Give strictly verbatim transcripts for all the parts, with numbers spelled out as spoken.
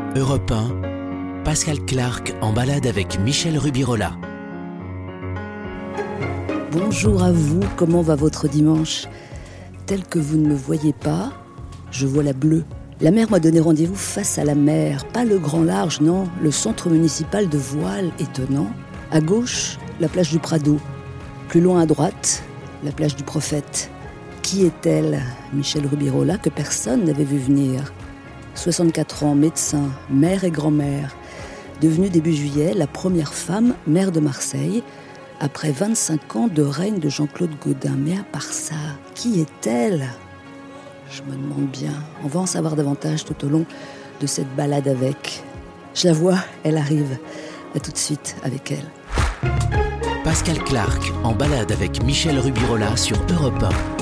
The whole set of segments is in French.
Europe un, Pascal Clark en balade avec Michel Rubirola. Bonjour à vous, comment va votre dimanche ? Tel que vous ne le voyez pas, je vois la bleue. La mer m'a donné rendez-vous face à la mer, pas le grand large, non, le centre municipal de voile étonnant. À gauche, la plage du Prado. Plus loin à droite, la plage du Prophète. Qui est-elle, Michel Rubirola, que personne n'avait vu venir ? soixante-quatre ans, médecin, mère et grand-mère. Devenue début juillet la première femme maire de Marseille, après vingt-cinq ans de règne de Jean-Claude Gaudin. Mais à part ça, qui est-elle ? Je me demande bien. On va en savoir davantage tout au long de cette balade avec. Je la vois, elle arrive. À tout de suite avec elle. Pascal Clark en balade avec Michel Rubirola sur Europe un.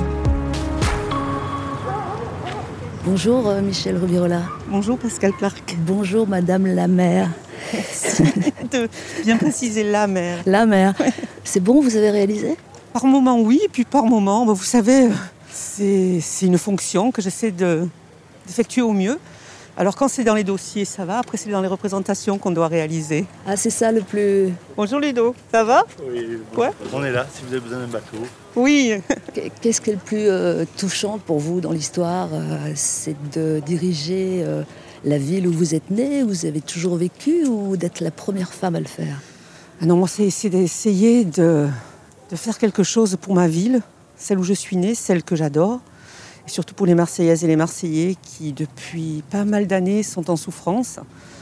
Bonjour euh, Michel Rubirola. Bonjour Pascal Clark. Bonjour Madame la maire. Merci de bien préciser la maire. La maire. Ouais. C'est bon, vous avez réalisé ? Par moment oui, et puis par moment, bah, vous savez, c'est, c'est une fonction que j'essaie de, d'effectuer au mieux. Alors quand c'est dans les dossiers, ça va. Après, c'est dans les représentations qu'on doit réaliser. Ah, c'est ça le plus... Bonjour Ludo, ça va ? Oui, bon, ouais. On est là, si vous avez besoin d'un bateau. Oui. Qu'est-ce qui est le plus euh, touchant pour vous dans l'histoire ? euh, C'est de diriger euh, la ville où vous êtes né, où vous avez toujours vécu, ou d'être la première femme à le faire ? Ah non, moi, c'est, c'est d'essayer de, de faire quelque chose pour ma ville, celle où je suis née, celle que j'adore. Et surtout pour les Marseillaises et les Marseillais qui, depuis pas mal d'années, sont en souffrance.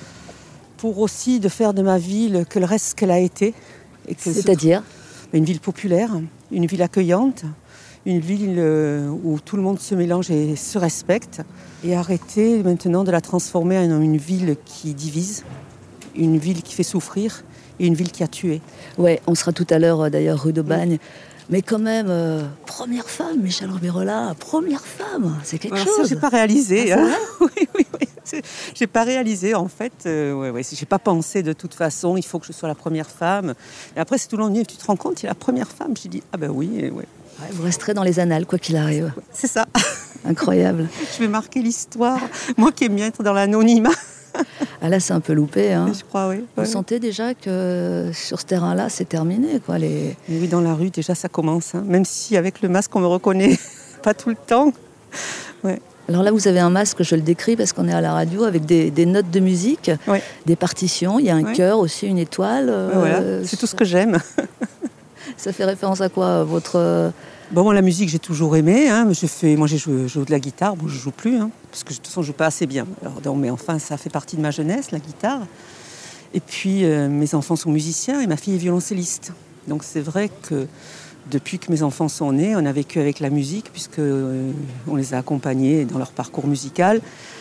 Pour aussi de faire de ma ville que le reste qu'elle a été. Et que C'est-à-dire ? Une ville populaire, une ville accueillante, une ville où tout le monde se mélange et se respecte. Et arrêter maintenant de la transformer en une ville qui divise, une ville qui fait souffrir et une ville qui a tué. Ouais, on sera tout à l'heure d'ailleurs rue d'Aubagne. Oui. Mais quand même, euh, première femme, Michel Rubirola, première femme, c'est quelque Alors chose. Ça, j'ai pas réalisé. Ah, hein. oui, oui, oui. C'est, j'ai pas réalisé en fait. Euh, ouais, ouais, j'ai pas pensé de toute façon. Il faut que je sois la première femme. Et après, c'est tout le long. Tu te rends compte, il est la première femme. J'ai dit ah ben oui, ouais. ouais. Vous resterez dans les annales quoi qu'il arrive. C'est ça. Incroyable. Je vais marquer l'histoire. Moi qui aime bien être dans l'anonymat. Ah là, c'est un peu loupé. Hein. Je crois, oui. Vous ouais. sentez déjà que sur ce terrain-là, c'est terminé, quoi. Les... Oui, dans la rue, déjà, ça commence. Hein. Même si avec le masque, on me reconnaît pas tout le temps. Ouais. Alors là, vous avez un masque, je le décris parce qu'on est à la radio, avec des, des notes de musique, ouais. des partitions. Il y a un ouais. cœur aussi, une étoile. Euh, voilà. C'est tout ce que j'aime. Ça fait référence à quoi, votre... Bon, moi, la musique, j'ai toujours aimé. Hein. Je fais, moi, j'ai joué, je joue de la guitare. Bon, je ne joue plus, hein, parce que de toute façon, je ne joue pas assez bien. Alors, donc, mais enfin, ça fait partie de ma jeunesse, la guitare. Et puis, euh, mes enfants sont musiciens et ma fille est violoncelliste. Donc, c'est vrai que depuis que mes enfants sont nés, on a vécu avec la musique, puisqu'on euh, les a accompagnés dans leur parcours musical.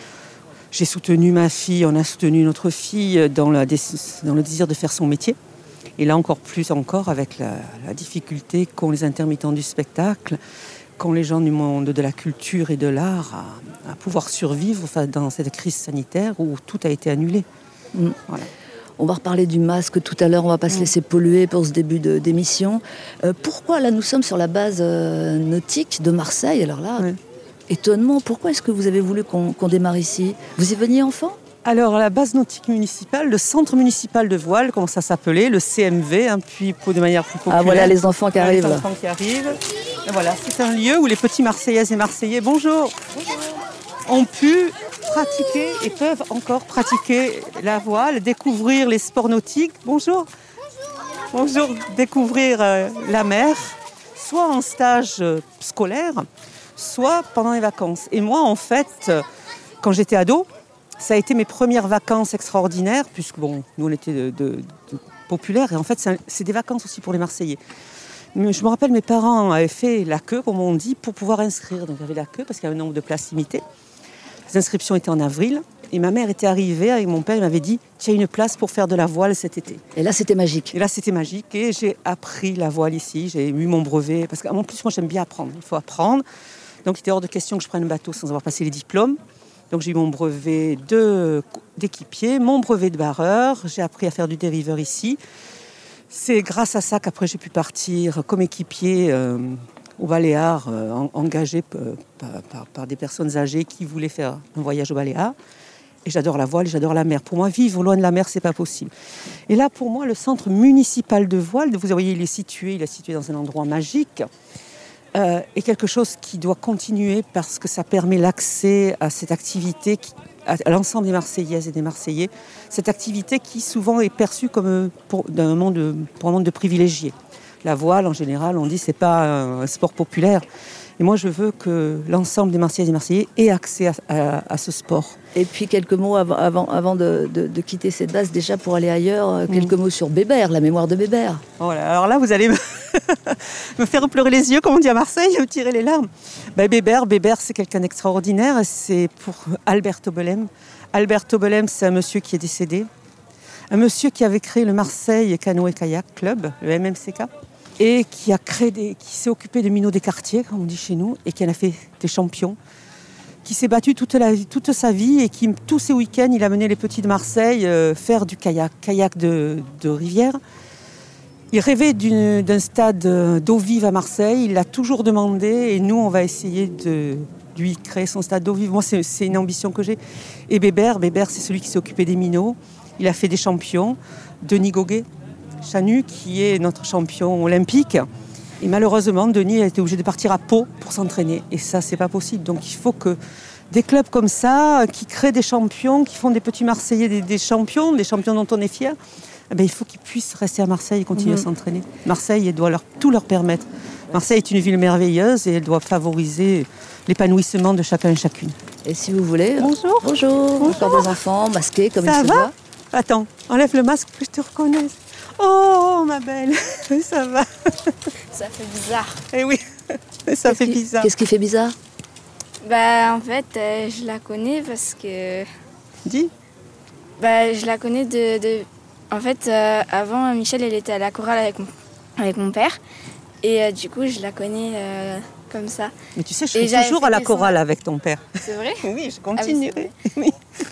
J'ai soutenu ma fille, on a soutenu notre fille dans, la, dans le désir de faire son métier. Et là, encore plus encore, avec la, la difficulté qu'ont les intermittents du spectacle, qu'ont les gens du monde de la culture et de l'art à, à pouvoir survivre enfin, dans cette crise sanitaire où tout a été annulé. Mmh. Voilà. On va reparler du masque tout à l'heure, on ne va pas mmh. se laisser polluer pour ce début de, d'émission. Euh, pourquoi, là, nous sommes sur la base euh, nautique de Marseille. Alors là, oui. étonnement, pourquoi est-ce que vous avez voulu qu'on, qu'on démarre ici ? Vous y veniez enfant ? Alors, à la base nautique municipale, le centre municipal de voile, comment ça s'appelait, le C M V, hein, puis de manière plus populaire. Ah, voilà les enfants qui arrivent. Les enfants qui arrivent. Et voilà, c'est un lieu où les petits Marseillaises et Marseillais, bonjour, bonjour, ont pu pratiquer et peuvent encore pratiquer la voile, découvrir les sports nautiques. Bonjour. Bonjour. Bonjour. Découvrir euh, la mer, soit en stage euh, scolaire, soit pendant les vacances. Et moi, en fait, euh, quand j'étais ado, ça a été mes premières vacances extraordinaires, puisque bon, nous on était de, de, de populaires, et en fait c'est, un, c'est des vacances aussi pour les Marseillais. Mais je me rappelle, mes parents avaient fait la queue, comme on dit, pour pouvoir inscrire. Donc il y avait la queue, parce qu'il y avait un nombre de places limitées. Les inscriptions étaient en avril, et ma mère était arrivée avec mon père, il m'avait dit « Tu as une place pour faire de la voile cet été ». Et là c'était magique. Et là c'était magique, et j'ai appris la voile ici, j'ai eu mon brevet, parce qu'en plus moi j'aime bien apprendre, il faut apprendre. Donc il était hors de question que je prenne un bateau sans avoir passé les diplômes. Donc j'ai eu mon brevet de, d'équipier, mon brevet de barreur, j'ai appris à faire du dériveur ici. C'est grâce à ça qu'après j'ai pu partir comme équipier euh, au Baléares, euh, engagé par, par, par des personnes âgées qui voulaient faire un voyage au Baléares. Et j'adore la voile, et j'adore la mer. Pour moi, vivre loin de la mer, c'est pas possible. Et là, pour moi, le centre municipal de voile, vous voyez, il est situé, il est situé dans un endroit magique, euh, est quelque chose qui doit continuer parce que ça permet l'accès à cette activité, qui, à, à l'ensemble des Marseillaises et des Marseillais. Cette activité qui souvent est perçue comme pour, d'un monde de, pour un monde de privilégiés. La voile, en général, on dit c'est pas un sport populaire. Et moi, je veux que l'ensemble des Marseillaises et des Marseillais aient accès à, à, à ce sport. Et puis quelques mots avant, avant, avant de, de, de quitter cette base, déjà pour aller ailleurs, quelques mmh. mots sur Bébert, la mémoire de Bébert. Oh là, alors là, vous allez me, me faire pleurer les yeux, comme on dit à Marseille, me tirer les larmes. Ben, Bébert, Bébert, c'est quelqu'un d'extraordinaire. C'est pour Alberto Belem. Alberto Belem, c'est un monsieur qui est décédé. Un monsieur qui avait créé le Marseille Canoë Kayak Club, le M M C K. Et qui a créé des, qui s'est occupé des minots des quartiers, comme on dit chez nous, et qui en a fait des champions, qui s'est battu toute, la, toute sa vie et qui, tous ses week-ends, il a mené les petits de Marseille euh, faire du kayak, kayak de, de rivière. Il rêvait d'une, d'un stade d'eau vive à Marseille, il l'a toujours demandé, et nous, on va essayer de lui créer son stade d'eau vive. Moi, c'est, c'est une ambition que j'ai. Et Bébert, Bébert, c'est celui qui s'est occupé des minots. Il a fait des champions. Denis Goguet, Chanu, qui est notre champion olympique. Et malheureusement, Denis a été obligé de partir à Pau pour s'entraîner. Et ça, c'est pas possible. Donc il faut que des clubs comme ça, qui créent des champions, qui font des petits Marseillais, des, des champions, des champions dont on est fier, eh bien, il faut qu'ils puissent rester à Marseille et continuer mmh. à s'entraîner. Marseille, elle doit leur, tout leur permettre. Marseille est une ville merveilleuse et elle doit favoriser l'épanouissement de chacun et chacune. Et si vous voulez... Bonjour. Bonjour. Bonjour. Encore des enfants masqués comme ça il se va doit. Attends, enlève le masque que je te reconnaisse. Oh, ma belle, ça va. Ça fait bizarre. Eh oui, ça qu'est-ce fait qui, bizarre. Qu'est-ce qui fait bizarre? Bah, en fait, euh, je la connais parce que... Dis. Bah, je la connais de... de... En fait, euh, avant, Michel, elle était à la chorale avec mon, avec mon père. Et euh, du coup, je la connais euh, comme ça. Mais tu sais, je suis toujours à la chorale son... avec ton père. C'est vrai? Oui, je continuerai. Ah oui,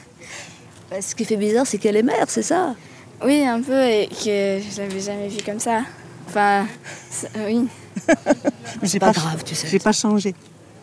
bah, ce qui fait bizarre, c'est qu'elle est mère, c'est ça? Oui, un peu, et que je l'avais jamais vue comme ça. Enfin, oui. C'est pas, pas grave, tu sais. J'ai pas changé.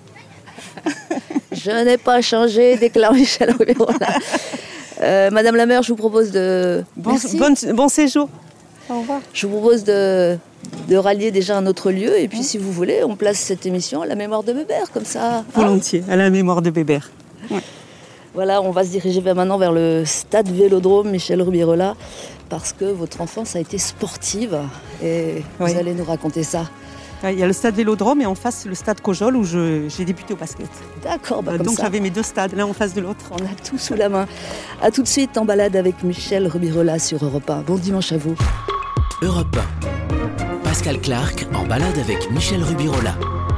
Je n'ai pas changé, déclare Michel Rubirola. euh, Madame la maire, je vous propose de... Bon, bon, bon séjour. Au revoir. Je vous propose de, de rallier déjà un autre lieu, et puis mmh. si vous voulez, on place cette émission à la mémoire de Bébert, comme ça. Volontiers, hein, à la mémoire de Bébert. Ouais. Voilà, on va se diriger maintenant vers le stade Vélodrome Michel Rubirola, parce que votre enfance a été sportive et oui. vous allez nous raconter ça. Il y a le stade Vélodrome et en face le stade Cojol où je, j'ai débuté au basket. D'accord, bah euh, comme donc ça. j'avais mes deux stades l'un en face de l'autre. On a tout sous la main. A tout de suite en balade avec Michel Rubirola sur Europe un. Bon dimanche à vous. Europe un. Pascal Clark en balade avec Michel Rubirola.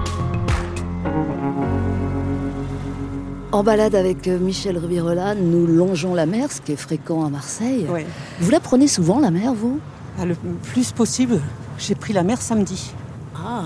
En balade avec Michel Rubirola, nous longeons la mer, ce qui est fréquent à Marseille. Ouais. Vous la prenez souvent, la mer, vous? Ah, le plus possible. J'ai pris la mer samedi. Ah.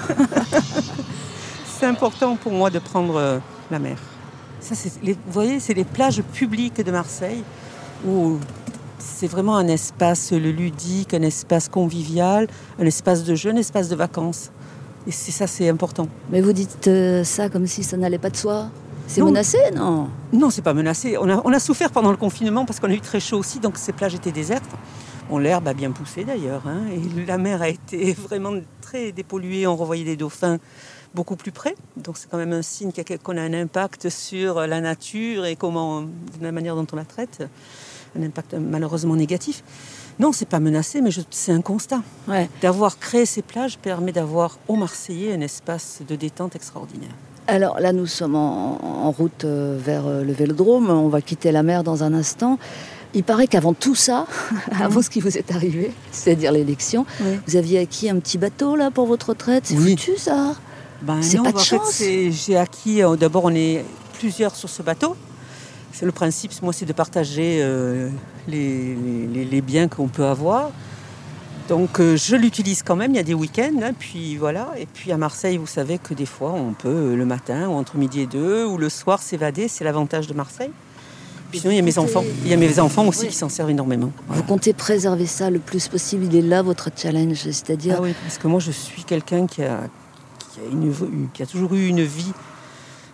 C'est important pour moi de prendre euh, la mer. Ça, c'est les, vous voyez, c'est les plages publiques de Marseille où c'est vraiment un espace ludique, un espace convivial, un espace de jeu, un espace de vacances. Et c'est ça, c'est important. Mais vous dites euh, ça comme si ça n'allait pas de soi? C'est non. menacé, non? Non, c'est pas menacé. On a, on a souffert pendant le confinement parce qu'on a eu très chaud aussi, donc ces plages étaient désertes. Bon, l'herbe a bien poussé d'ailleurs, hein, et la mer a été vraiment très dépolluée. On revoyait des dauphins beaucoup plus près. Donc c'est quand même un signe qu'on a un impact sur la nature et comment, de la manière dont on la traite, un impact malheureusement négatif. Non, c'est pas menacé, mais je, c'est un constat. Ouais. D'avoir créé ces plages permet d'avoir aux Marseillais un espace de détente extraordinaire. Alors là, nous sommes en, en route vers le Vélodrome. On va quitter la mer dans un instant. Il paraît qu'avant tout ça, avant ce qui vous est arrivé, c'est-à-dire l'élection, oui. vous aviez acquis un petit bateau là pour votre retraite. C'est oui. foutu ça? Ben c'est non, pas de en chance. Fait, c'est, j'ai acquis, euh, d'abord on est plusieurs sur ce bateau. C'est le principe, moi, c'est de partager euh, les, les, les biens qu'on peut avoir. Donc euh, je l'utilise quand même, il y a des week-ends, hein, puis voilà. Et puis à Marseille, vous savez que des fois, on peut euh, le matin, ou entre midi et deux, ou le soir s'évader, c'est l'avantage de Marseille. Puis sinon, il y a mes enfants, il y a mes enfants aussi oui. qui s'en servent énormément. Voilà. Vous comptez préserver ça le plus possible, il est là votre challenge, c'est-à-dire... Ah oui, parce que moi je suis quelqu'un qui a, qui a, une, qui a toujours eu une vie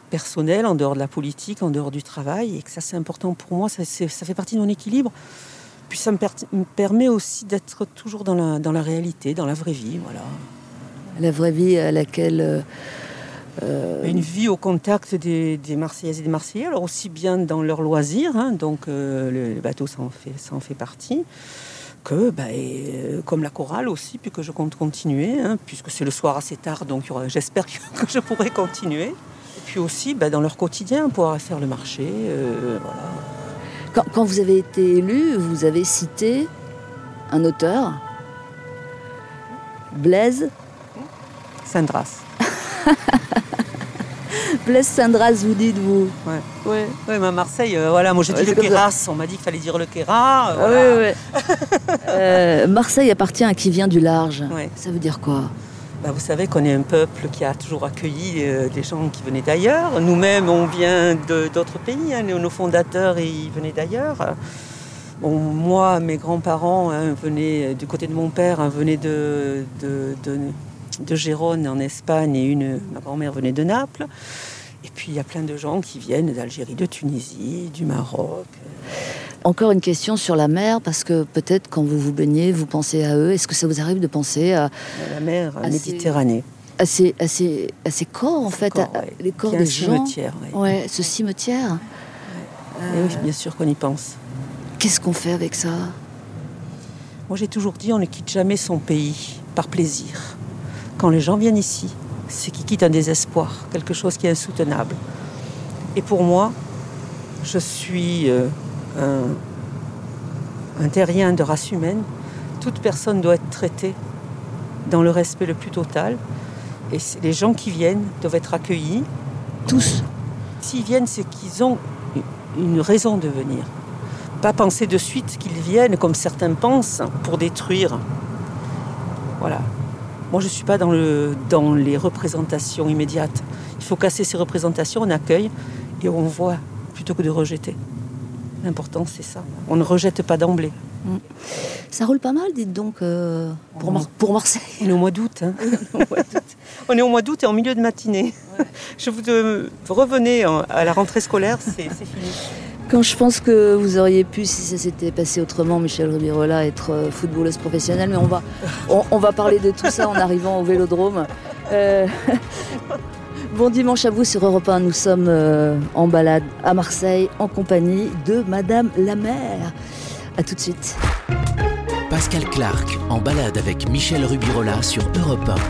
personnel, en dehors de la politique, en dehors du travail, et que ça c'est important pour moi, ça, c'est, ça fait partie de mon équilibre. Puis ça me, per- me permet aussi d'être toujours dans la, dans la réalité, dans la vraie vie, voilà. La vraie vie à laquelle... Euh, euh... Une vie au contact des, des Marseillaises et des Marseillais, alors aussi bien dans leurs loisirs, hein, donc euh, le, le bateau ça en fait, ça en fait partie, que bah, et, euh, comme la chorale aussi, puis que je compte continuer, hein, puisque c'est le soir assez tard, donc y aura, j'espère que, que je pourrai continuer. Et puis aussi bah, dans leur quotidien, pouvoir faire le marché, euh, voilà. Quand, quand vous avez été élu, vous avez cité un auteur, Blaise Cendrasse. Blaise Cendrasse, vous dites, vous Ouais, ouais, ouais mais à Marseille, euh, voilà, moi j'ai dit ouais, le Queyras, on m'a dit qu'il fallait dire le Queyras. Euh, voilà. Ouais, ouais. euh, Marseille appartient à qui vient du large. Ouais. Ça veut dire quoi? Bah, vous savez qu'on est un peuple qui a toujours accueilli euh, des gens qui venaient d'ailleurs. Nous-mêmes, on vient de, d'autres pays, hein, nos fondateurs, ils venaient d'ailleurs. Bon, moi, mes grands-parents hein, venaient, du côté de mon père, hein, venaient de... de, de de Gérone en Espagne et une, ma grand-mère venait de Naples. Et puis il y a plein de gens qui viennent d'Algérie, de Tunisie, du Maroc. Encore une question sur la mer, parce que peut-être quand vous vous baignez, vous pensez à eux. Est-ce que ça vous arrive de penser à... à la mer à Méditerranée. À ces, à ces, à ces corps, en fait, corps, à, ouais. les corps des gens. Cimetière, ouais. Ouais, ce cimetière. Ouais. Euh... Et oui, bien sûr qu'on y pense. Qu'est-ce qu'on fait avec ça? Moi j'ai toujours dit, on ne quitte jamais son pays par plaisir. Quand les gens viennent ici, c'est qu'ils quittent un désespoir, quelque chose qui est insoutenable. Et pour moi, je suis euh, un, un terrien de race humaine. Toute personne doit être traitée dans le respect le plus total. Et les gens qui viennent doivent être accueillis. Tous. S'ils viennent, c'est qu'ils ont une raison de venir. Pas penser de suite qu'ils viennent, comme certains pensent, pour détruire. Voilà. Moi, je ne suis pas dans, le, dans les représentations immédiates. Il faut casser ces représentations, on accueille et on voit plutôt que de rejeter. L'important, c'est ça. On ne rejette pas d'emblée. Mmh. Ça roule pas mal, dites donc, euh, pour, Mar- pour Marseille. On est au mois d'août. Hein. On est au mois d'août et en milieu de matinée. Ouais. Je vous euh, revenez à la rentrée scolaire, c'est, c'est fini. Quand je pense que vous auriez pu, si ça s'était passé autrement, Michèle Rubirola, être footballeuse professionnelle, mais on va, on, on va parler de tout ça en arrivant au Vélodrome. Euh, bon dimanche à vous sur Europe un, nous sommes euh, en balade à Marseille en compagnie de Madame la Maire. A tout de suite. Pascal Clark en balade avec Michèle Rubirola sur Europe un.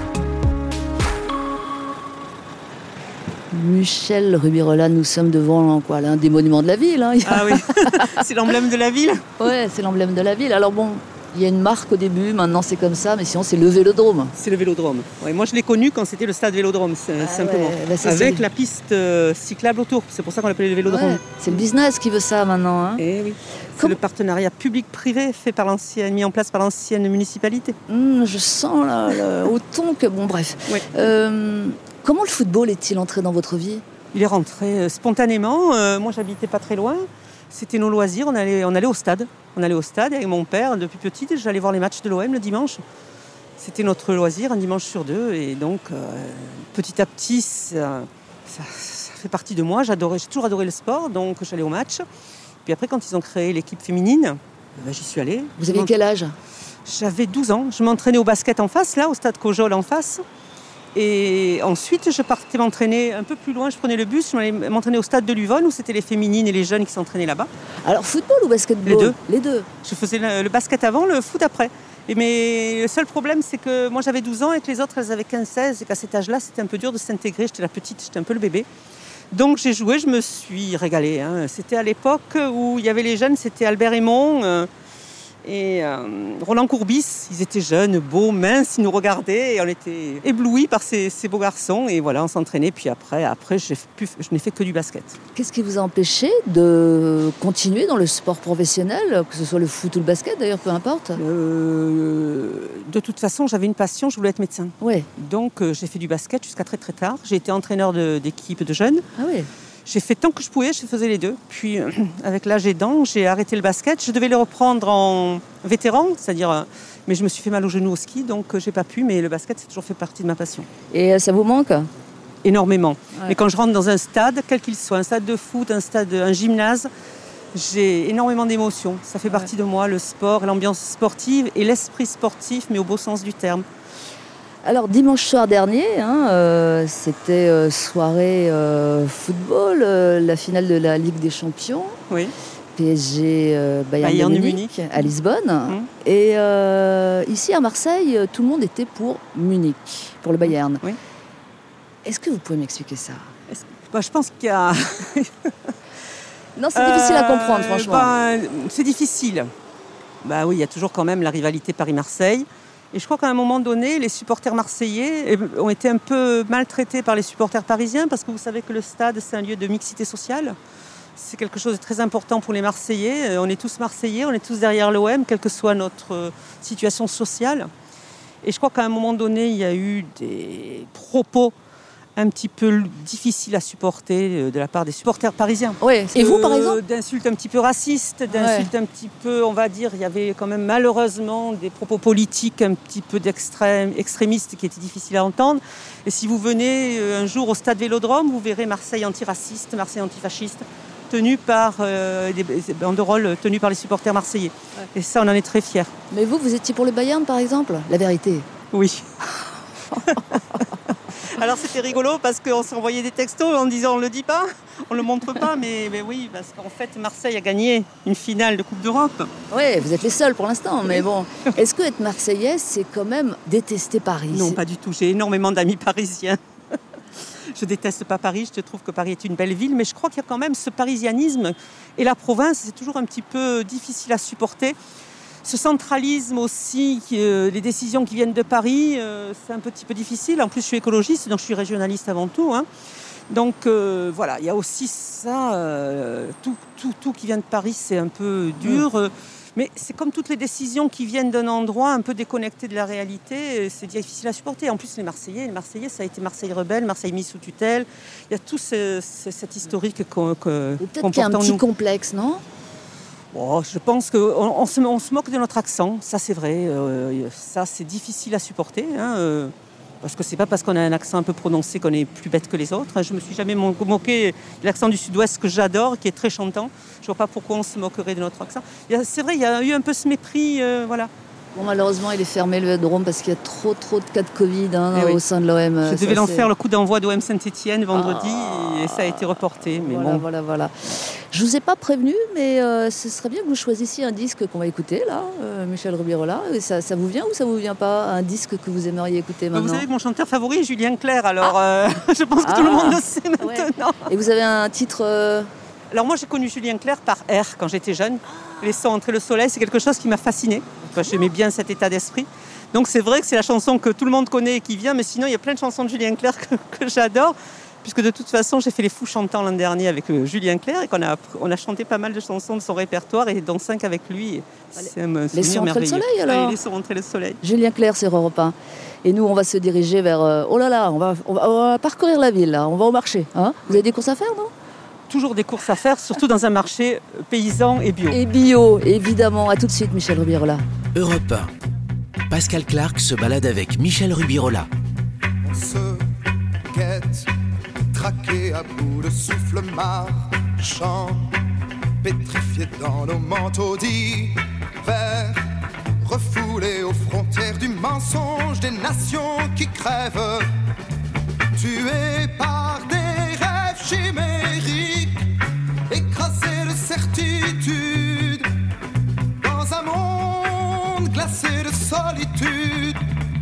Michèle Rubirola, nous sommes devant quoi, l'un des monuments de la ville. Hein. Ah oui, c'est l'emblème de la ville. Ouais, c'est l'emblème de la ville. Alors bon, il y a une marque au début, maintenant c'est comme ça, mais sinon c'est le Vélodrome. C'est le Vélodrome. Ouais, moi je l'ai connu quand c'était le stade Vélodrome, ah simplement. Ouais, bah ça, avec la piste euh, cyclable autour. C'est pour ça qu'on l'appelait le Vélodrome. Ouais, c'est le business qui veut ça maintenant. Hein. Et oui. C'est Comme... le partenariat public-privé fait par l'ancienne, mis en place par l'ancienne municipalité. Mmh, je sens là, là autant que bon bref. Oui. Euh, Comment le football est-il entré dans votre vie? Il est rentré euh, spontanément. Euh, moi, j'habitais pas très loin. C'était nos loisirs. On allait, on allait au stade. On allait au stade avec mon père. Depuis petite, j'allais voir les matchs de l'O M le dimanche. C'était notre loisir, un dimanche sur deux. Et donc, euh, petit à petit, ça, ça, ça fait partie de moi. J'adorais, j'ai toujours adoré le sport, donc j'allais au match. Puis après, quand ils ont créé l'équipe féminine, ben, j'y suis allée. Vous avez quel âge? J'avais douze ans. Je m'entraînais au basket en face, là, au stade Cojol en face. Et ensuite, je partais m'entraîner un peu plus loin. Je prenais le bus, je m'allais m'entraîner au stade de Luvonne, où c'était les féminines et les jeunes qui s'entraînaient là-bas. Alors, football ou basketball? Les deux. Les deux. Je faisais le basket avant, le foot après. Et mais le seul problème, c'est que moi, j'avais douze ans et que les autres, elles avaient quinze seize. Et qu'à cet âge-là, c'était un peu dur de s'intégrer. J'étais la petite, j'étais un peu le bébé. Donc, j'ai joué, je me suis régalée. Hein. C'était à l'époque où il y avait les jeunes, c'était Albert Aymon euh, et euh, Roland Courbis. Ils étaient jeunes, beaux, minces, ils nous regardaient et on était éblouis par ces, ces beaux garçons. Et voilà, on s'entraînait. Puis après, après j'ai pu, je n'ai fait que du basket. Qu'est-ce qui vous a empêché de continuer dans le sport professionnel, que ce soit le foot ou le basket d'ailleurs, peu importe? euh, De toute façon, j'avais une passion, je voulais être médecin. Ouais. Donc euh, j'ai fait du basket jusqu'à très très tard. J'ai été entraîneur de, d'équipe de jeunes. Ah oui. J'ai fait tant que je pouvais, je faisais les deux. Puis, euh, avec l'âge aidant, j'ai arrêté le basket. Je devais le reprendre en vétéran, c'est-à-dire... Euh, mais je me suis fait mal au genou au ski, donc euh, j'ai pas pu. Mais le basket, c'est toujours fait partie de ma passion. Et euh, ça vous manque? énormément. Ouais. Mais quand je rentre dans un stade, quel qu'il soit, un stade de foot, un stade, un gymnase, j'ai énormément d'émotions. Ça fait Ouais. partie de moi, le sport, l'ambiance sportive et l'esprit sportif, mais au beau sens du terme. Alors dimanche soir dernier, hein, euh, c'était euh, soirée euh, football, euh, la finale de la Ligue des Champions, Oui. P S G euh, Bayern, Bayern de de Munich, Munich. à Lisbonne. Mhm. Et euh, ici à Marseille, euh, tout le monde était pour Munich, pour le Bayern. Oui. Est-ce que vous pouvez m'expliquer ça? Bah, je pense qu'il y a... Non, c'est difficile à comprendre, Euh, franchement. ben, c'est difficile. Bah oui, il y a toujours quand même la rivalité Paris-Marseille. Et je crois qu'à un moment donné, les supporters marseillais ont été un peu maltraités par les supporters parisiens parce que vous savez que le stade, c'est un lieu de mixité sociale. C'est quelque chose de très important pour les Marseillais. On est tous Marseillais, on est tous derrière l'O M, quelle que soit notre situation sociale. Et je crois qu'à un moment donné, il y a eu des propos un petit peu difficiles à supporter de la part des supporters parisiens. Oui. Et vous, par exemple? D'insultes un petit peu racistes, d'insultes un petit peu, on va dire, il y avait quand même malheureusement des propos politiques un petit peu d'extrême, extrémistes qui étaient difficiles à entendre. Et si vous venez un jour au stade Vélodrome, vous verrez Marseille antiraciste, Marseille antifasciste, tenu par euh, des, des banderoles tenues par les supporters marseillais. Ouais. Et ça, on en est très fiers. Mais vous, vous étiez pour le Bayern, par exemple? La vérité. Oui. Alors c'était rigolo parce qu'on s'envoyait des textos en disant on ne le dit pas, on ne le montre pas, mais, mais oui, parce qu'en fait Marseille a gagné une finale de Coupe d'Europe. Oui, vous êtes les seuls pour l'instant, mais bon, est-ce que être marseillaise, c'est quand même détester Paris? Non, pas du tout, j'ai énormément d'amis parisiens. Je déteste pas Paris, je trouve que Paris est une belle ville, mais je crois qu'il y a quand même ce parisianisme. Et la province, c'est toujours un petit peu difficile à supporter. Ce centralisme aussi, euh, les décisions qui viennent de Paris, euh, c'est un petit peu difficile. En plus, je suis écologiste, donc je suis régionaliste avant tout. Hein. Donc euh, voilà, il y a aussi ça. Euh, tout, tout, tout qui vient de Paris, c'est un peu dur. Mmh. Mais c'est comme toutes les décisions qui viennent d'un endroit un peu déconnecté de la réalité, c'est difficile à supporter. En plus, les Marseillais, les Marseillais, ça a été Marseille rebelle, Marseille mise sous tutelle. Il y a tout ce, ce, cet historique qu'on que, peut-être qu'il y a un petit nous. complexe, non? Oh, je pense qu'on on se, on se moque de notre accent, ça c'est vrai, euh, ça c'est difficile à supporter, hein, euh, parce que c'est pas parce qu'on a un accent un peu prononcé qu'on est plus bête que les autres. Je me suis jamais moqué de l'accent du sud-ouest que j'adore, qui est très chantant. Je vois pas pourquoi on se moquerait de notre accent. C'est vrai, il y a eu un peu ce mépris, euh, voilà. Bon, malheureusement, il est fermé le Vélodrome parce qu'il y a trop trop de cas de Covid hein, au oui. sein de l'O M. Je ça, devais l'en faire le coup d'envoi d'O M Saint-Étienne vendredi ah, et ça a été reporté. Mais voilà, bon. voilà, voilà. Je vous ai pas prévenu, mais euh, ce serait bien que vous choisissiez un disque qu'on va écouter là, euh, Michel Rubirola. Ça, ça vous vient ou ça vous vient pas? Un disque que vous aimeriez écouter maintenant? Vous savez que mon chanteur favori est Julien Clerc, alors ah. euh, je pense que ah. tout le monde le sait maintenant. Ouais. Et vous avez un titre euh... Alors moi j'ai connu Julien Clerc par R quand j'étais jeune. Laissons entrer le soleil, c'est quelque chose qui m'a fascinée. Enfin, j'aimais bien cet état d'esprit. Donc c'est vrai que c'est la chanson que tout le monde connaît et qui vient, mais sinon il y a plein de chansons de Julien Clerc que, que j'adore, puisque de toute façon j'ai fait les Fous chantants l'an dernier avec euh, Julien Clerc et qu'on a, on a chanté pas mal de chansons de son répertoire et dont cinq avec lui. C'est un Laissons entrer le soleil alors. Allez, laissons entrer le soleil. Julien Clerc sur Europe un. Et nous on va se diriger vers... Euh, oh là là, on va, on, va, on va parcourir la ville là, on va au marché. Hein, vous avez des courses à faire, non? Toujours des courses à faire, surtout dans un marché paysan et bio. Et bio, évidemment. À tout de suite, Michel Rubirola. Europe un. Pascal Clark se balade avec Michel Rubirola. On se guette, traqué à bout de souffle marchand, pétrifié dans nos manteaux d'hiver, refoulé aux frontières du mensonge des nations qui crèvent, tués par des rêves chimériques, écrasés de certitude, dans un monde glacé de solitude.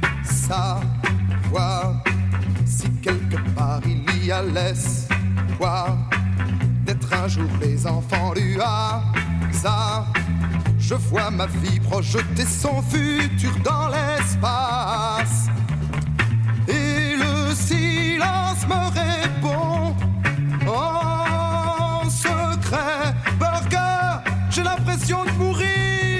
Savoir si quelque part il y a l'espoir d'être un jour les enfants du hasard. Je vois ma vie projeter son futur dans l'espace, et le silence me répond en secret. Burger, j'ai l'impression de mourir.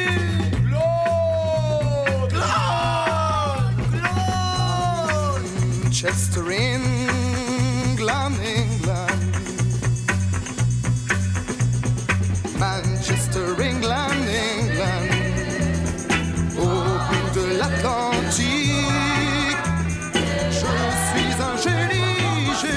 Claude, Claude, Claude. Manchester, England, England. Manchester, England, England. Au bout de l'Atlantique, je suis un génie, j'ai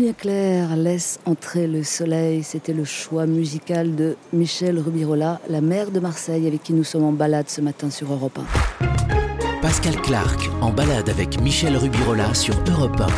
Julien Clerc laisse entrer le soleil. C'était le choix musical de Michel Rubirola, la maire de Marseille, avec qui nous sommes en balade ce matin sur Europe un. Pascal Clark en balade avec Michel Rubirola sur Europe un.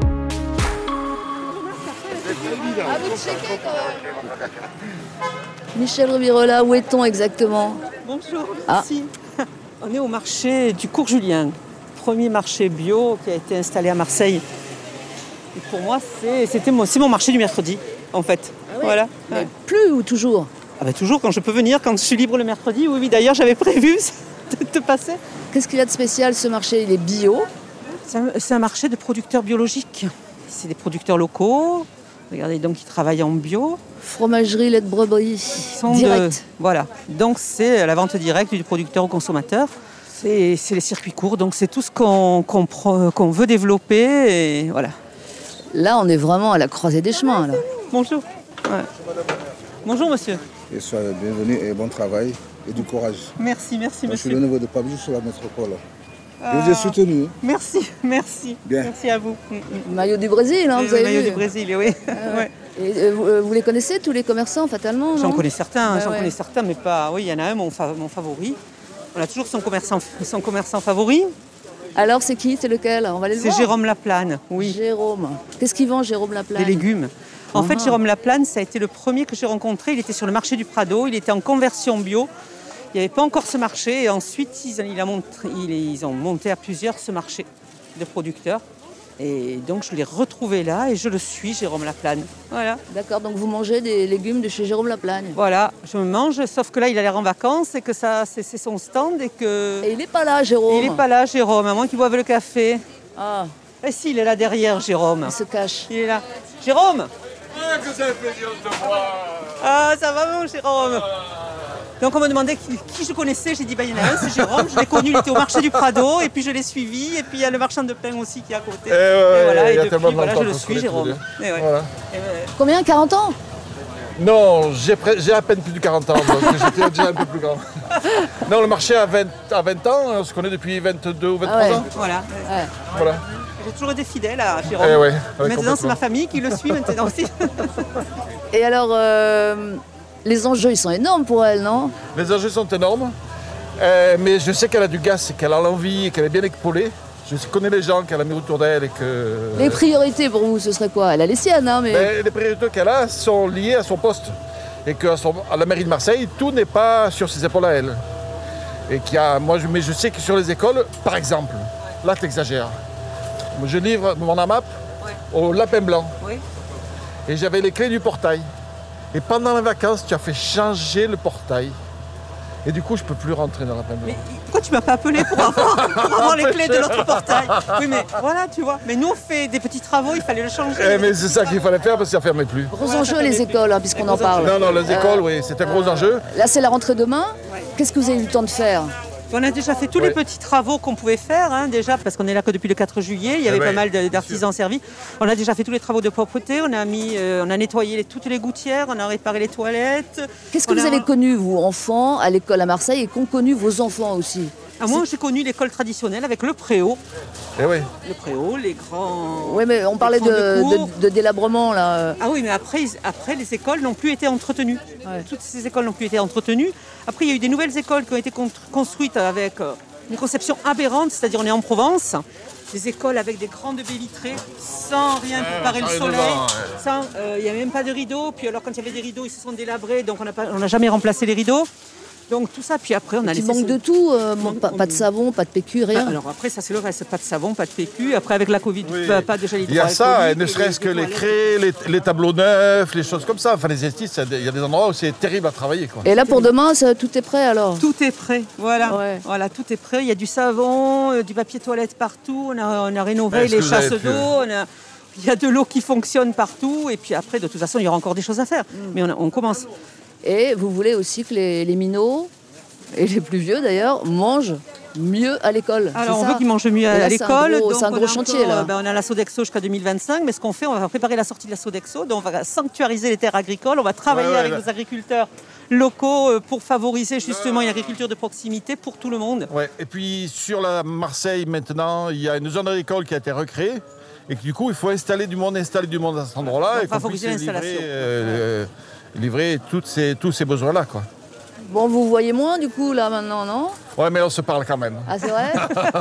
Michel Rubirola, où est-on exactement? Bonjour, Ah. ici. On est au marché du Cours Julien, premier marché bio qui a été installé à Marseille. Et pour moi, c'est, c'était mon, c'est mon marché du mercredi, en fait. Ah oui. Voilà. Mais Ouais. plus ou toujours? Ah bah, toujours quand je peux venir, quand je suis libre le mercredi. Oui, oui, d'ailleurs, j'avais prévu de te passer. Qu'est-ce qu'il y a de spécial ce marché? Il est bio. C'est un, c'est un marché de producteurs biologiques. C'est des producteurs locaux. Regardez, donc, ils travaillent en bio. Fromagerie, lait de brebis. Ils sont Direct. de- voilà. Donc, c'est la vente directe du producteur au consommateur. C'est, c'est les circuits courts. Donc, c'est tout ce qu'on, qu'on, pro- qu'on veut développer. Et voilà. Là, on est vraiment à la croisée des chemins. Là. Bonjour. Ouais. Bonjour, monsieur. Et sois le bienvenu et bon travail et du courage. Merci, merci, Moi, je suis monsieur. le nouveau de Pablo sur la métropole. Je vous ai soutenu. Merci, merci. Bien. Merci à vous. Mm, mm. Maillot du Brésil, hein, Le vous avez maillot vu. du Brésil, oui. Ouais. Et, euh, vous, euh, vous les connaissez, tous les commerçants, fatalement? J'en non connais certains, Ouais, j'en ouais. connais certains, mais pas. Oui, il y en a un, mon, fa- mon favori. On a toujours son commerçant, son commerçant favori. Alors, c'est qui? C'est lequel? On va aller le C'est voir. Jérôme Laplane, oui. Jérôme. Qu'est-ce qu'il vend, Jérôme Laplane? Des légumes. En fait, Ah. Jérôme Laplane, ça a été le premier que j'ai rencontré. Il était sur le marché du Prado, il était en conversion bio. Il n'y avait pas encore ce marché. Et ensuite, ils, il a montré- il- ils ont monté à plusieurs ce marché de producteurs. Et donc, je l'ai retrouvé là et je le suis, Jérôme Laplane. Voilà. D'accord, donc vous mangez des légumes de chez Jérôme Laplane. Voilà, je me mange, sauf que là, il a l'air en vacances et que ça, c'est, c'est son stand et que... Et il n'est pas là, Jérôme. Il n'est pas là, Jérôme, à moins qu'il boive le café. Ah, Eh si, il est là derrière, Jérôme. il se cache. Il est là. Jérôme Ah, ça va, mon Jérôme Donc, on me demandait qui, qui je connaissais. J'ai dit, bah, il y en a un, c'est Jérôme. Je l'ai connu, il était au marché du Prado. Et puis, je l'ai suivi. Et puis, il y a le marchand de pain aussi qui est à côté. Eh ouais, et voilà, il y a et tellement depuis, de voilà, longtemps je le qu'on se suis, connaît tous Jérôme. les deux. Et ouais. Voilà. Et ouais. Combien? quarante ans? Non, j'ai, près- j'ai à peine plus de quarante ans, donc j'étais déjà un peu plus grand. Non, le marché a vingt, à vingt ans, on se connaît depuis vingt-deux ou vingt-trois Ah ouais. ans. Voilà. Ouais. Voilà. J'ai toujours été fidèle à Jérôme. Eh ouais, ouais, maintenant, c'est complètement. ma famille qui le suit maintenant aussi. Et alors, euh, les enjeux, ils sont énormes pour elle, non? Les enjeux sont énormes, euh, mais je sais qu'elle a du gaz, qu'elle a l'envie, et qu'elle est bien épaulée. Je connais les gens qu'elle a mis autour d'elle et que... Les priorités pour vous, ce serait quoi? Elle a les siennes, hein, mais... Ben, les priorités qu'elle a sont liées à son poste. Et qu'à son- à la mairie de Marseille, tout n'est pas sur ses épaules à elle. Et qu'il y a, moi, je, mais je sais que sur les écoles, par exemple, là, tu exagères. Je livre mon AMAP Ouais. au Lapin Blanc. Oui. Et j'avais les clés du portail. Et pendant les vacances, tu as fait changer le portail. Et du coup, je ne peux plus rentrer dans Lapin Blanc. Mais pourquoi tu m'as pas appelé pour avoir, pour avoir les clés de notre portail? Oui, mais voilà, tu vois. Mais nous, on fait des petits travaux, il fallait le changer. Eh, mais c'est ça qu'il fallait faire parce que ça ne fermait plus. Gros enjeux, les écoles, hein, puisqu'on en parle. Non, non, les écoles, oui, c'est un gros enjeu. Là, c'est la rentrée demain. Qu'est-ce que vous avez eu le temps de faire? On a déjà fait tous les Ouais. petits travaux qu'on pouvait faire, hein, déjà, parce qu'on est là que depuis le quatre juillet. Il y avait Eh pas ben, mal de- d'artisans servis. On a déjà fait tous les travaux de propreté. On a mis, euh, on a nettoyé les- toutes les gouttières. On a réparé les toilettes. Qu'est-ce que On vous a- avez connu, vous, enfants, à l'école à Marseille, et qu'ont connu vos enfants aussi? Ah, moi, j'ai connu l'école traditionnelle avec le préau. Eh oui. Le préau, les grands. Oui, mais on parlait les de, grands cours. de- de délabrement, là. Ah oui, mais après, ils- après les écoles n'ont plus été entretenues. Ouais. Toutes ces écoles n'ont plus été entretenues. Après, il y a eu des nouvelles écoles qui ont été con- construites avec euh, une conception aberrante, c'est-à-dire on est en Provence, des écoles avec des grandes baies vitrées, sans rien préparer le sans rien soleil, dedans, ouais. sans, euh, il n'y avait même pas de rideaux. Puis alors quand il y avait des rideaux, ils se sont délabrés, donc on n'a pas- on n'a jamais remplacé les rideaux. Donc tout ça, puis après on a Il laissé... manque ce- de tout, euh, bon, manque- pas, pas de savon, pas de P Q, rien. Ah, alors après, ça c'est le reste, pas de savon, pas de P Q. Après avec la Covid, Oui. pas, pas de gel Il y a ça, hydroalcoolique, ne et serait-ce que les toilettes. craies, les, les tableaux neufs, les choses comme ça. Enfin, les estistes, il y a des endroits où c'est terrible à travailler, quoi. Et là, pour demain, ça, tout est prêt, alors? Tout est prêt, voilà. Ouais. Voilà, tout est prêt. Il y a du savon, euh, du papier toilette partout. On a, on a rénové Est-ce les que vous avez chasses pu- d'eau. on a- Il y a de l'eau qui fonctionne partout. Et puis après, de toute façon, il y aura encore des choses à faire. Mais on, a- on commence. Et vous voulez aussi que les, les minots, et les plus vieux d'ailleurs, mangent mieux à l'école. Alors, c'est on ça veut qu'ils mangent mieux Et à là, c'est un l'école. gros- donc c'est un on gros a chantier, encore, là. euh, ben, on a la Sodexo jusqu'à deux mille vingt-cinq. Mais ce qu'on fait, on va préparer la sortie de la Sodexo. Donc, on va sanctuariser les terres agricoles. On va travailler Ouais, ouais, avec là. nos agriculteurs locaux euh, pour favoriser justement une agriculture de proximité pour tout le monde. Ouais. Et puis sur la Marseille maintenant, il y a une zone agricole qui a été recréée. Et que, du coup, il faut installer du monde, installer du monde à cet endroit-là. Donc, et qu'on puisse favoriser livrer, l'installation. euh, livrer toutes ces, tous ces besoins-là, quoi. Bon, vous voyez moins du coup là maintenant, non? Ouais, mais on se parle quand même. Ah, c'est vrai?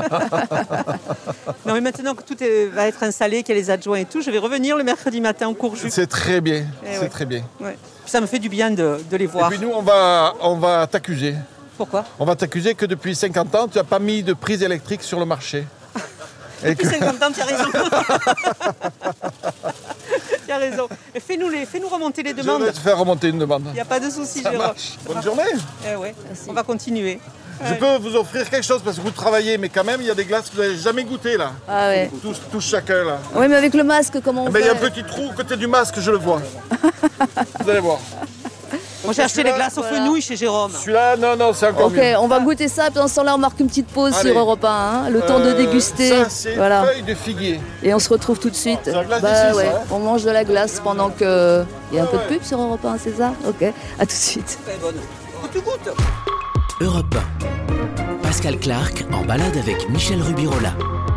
Non, mais maintenant que tout est- va être installé, qu'il y a les adjoints et tout, je vais revenir le mercredi matin en cours juste. C'est très bien, Eh c'est ouais. très bien. Ouais. Puis ça me fait du bien de, de les voir. Et puis nous, on va, on va t'accuser. Pourquoi? On va t'accuser que depuis cinquante ans, tu n'as pas mis de prise électrique sur le marché. Et Depuis que- cinquante ans, tu as raison. Tu as raison. Et Fais-nous les, fais-nous remonter les Je demandes. vais te faire remonter une demande. Il n'y a pas de souci, Ça Jérôme. marche. Bonne journée. Eh ouais, on va continuer. Je peux vous offrir quelque chose parce que vous travaillez, mais quand même, il y a des glaces que vous n'avez jamais goûtées là. Ah ouais. Tous, tous chacun là. Oui, mais avec le masque, comment on Mais il y a un fait? petit trou côté du masque, je le vois. Vous allez voir. Moi, j'ai acheté les celui-là, glaces aux voilà. fenouilles chez Jérôme. Celui-là, non, non, c'est encore Ok, mieux. on va goûter ça, puis en ce temps-là, on marque une petite pause Allez. sur Europe un, hein, le temps de Euh, déguster. Ça, c'est Voilà. feuille de figuier. Et on se retrouve tout de suite. C'est la glace Bah d'ici, ça, ouais, hein. on mange de la glace pendant que. Il y a un Ouais, peu de ouais. pub sur Europe un, c'est ça? Ok, à tout de suite. Très bonne. Goûte, tu goûtes. Europe un. Pascal Clark en balade avec Michel Rubirola.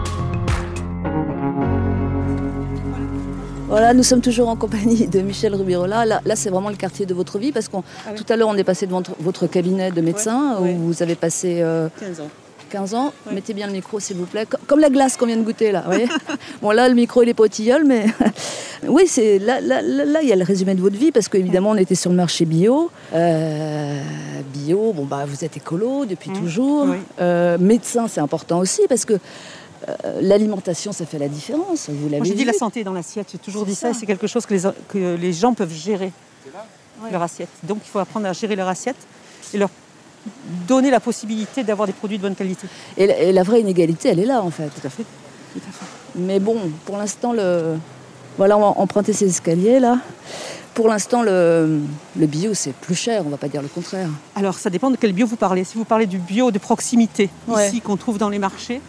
Voilà, nous sommes toujours en compagnie de Michel Rubirola. Là, là c'est vraiment le quartier de votre vie parce que Ah oui. tout à l'heure, on est passé devant votre cabinet de médecin Ouais, ouais. où vous avez passé euh, quinze ans. quinze ans. Ouais. Mettez bien le micro, s'il vous plaît. Co- Comme la glace qu'on vient de goûter, là. Vous voyez bon, là, le micro, il est pas au tilleul, mais oui, c'est là, là, là, là, il y a le résumé de votre vie parce qu'évidemment, on était sur le marché bio. Euh, bio, bon, bah, vous êtes écolo depuis Mmh. toujours. Oui. Euh, médecin, c'est important aussi parce que euh, l'alimentation, ça fait la différence. Vous l'avez Moi, j'ai dit vu. la santé dans l'assiette. J'ai toujours dit C'est ça. et ça. C'est quelque chose que les, que les gens peuvent gérer, Ouais. leur assiette. Donc, il faut apprendre à gérer leur assiette et leur donner la possibilité d'avoir des produits de bonne qualité. Et, la- et la vraie inégalité, elle est là, en fait. Tout à fait. Tout à fait. Mais bon, pour l'instant, le... voilà, on va emprunter ces escaliers là. Pour l'instant, le, le bio, c'est plus cher, on va pas dire le contraire. Alors, ça dépend de quel bio vous parlez. Si vous parlez du bio de proximité, Ouais. ici, qu'on trouve dans les marchés,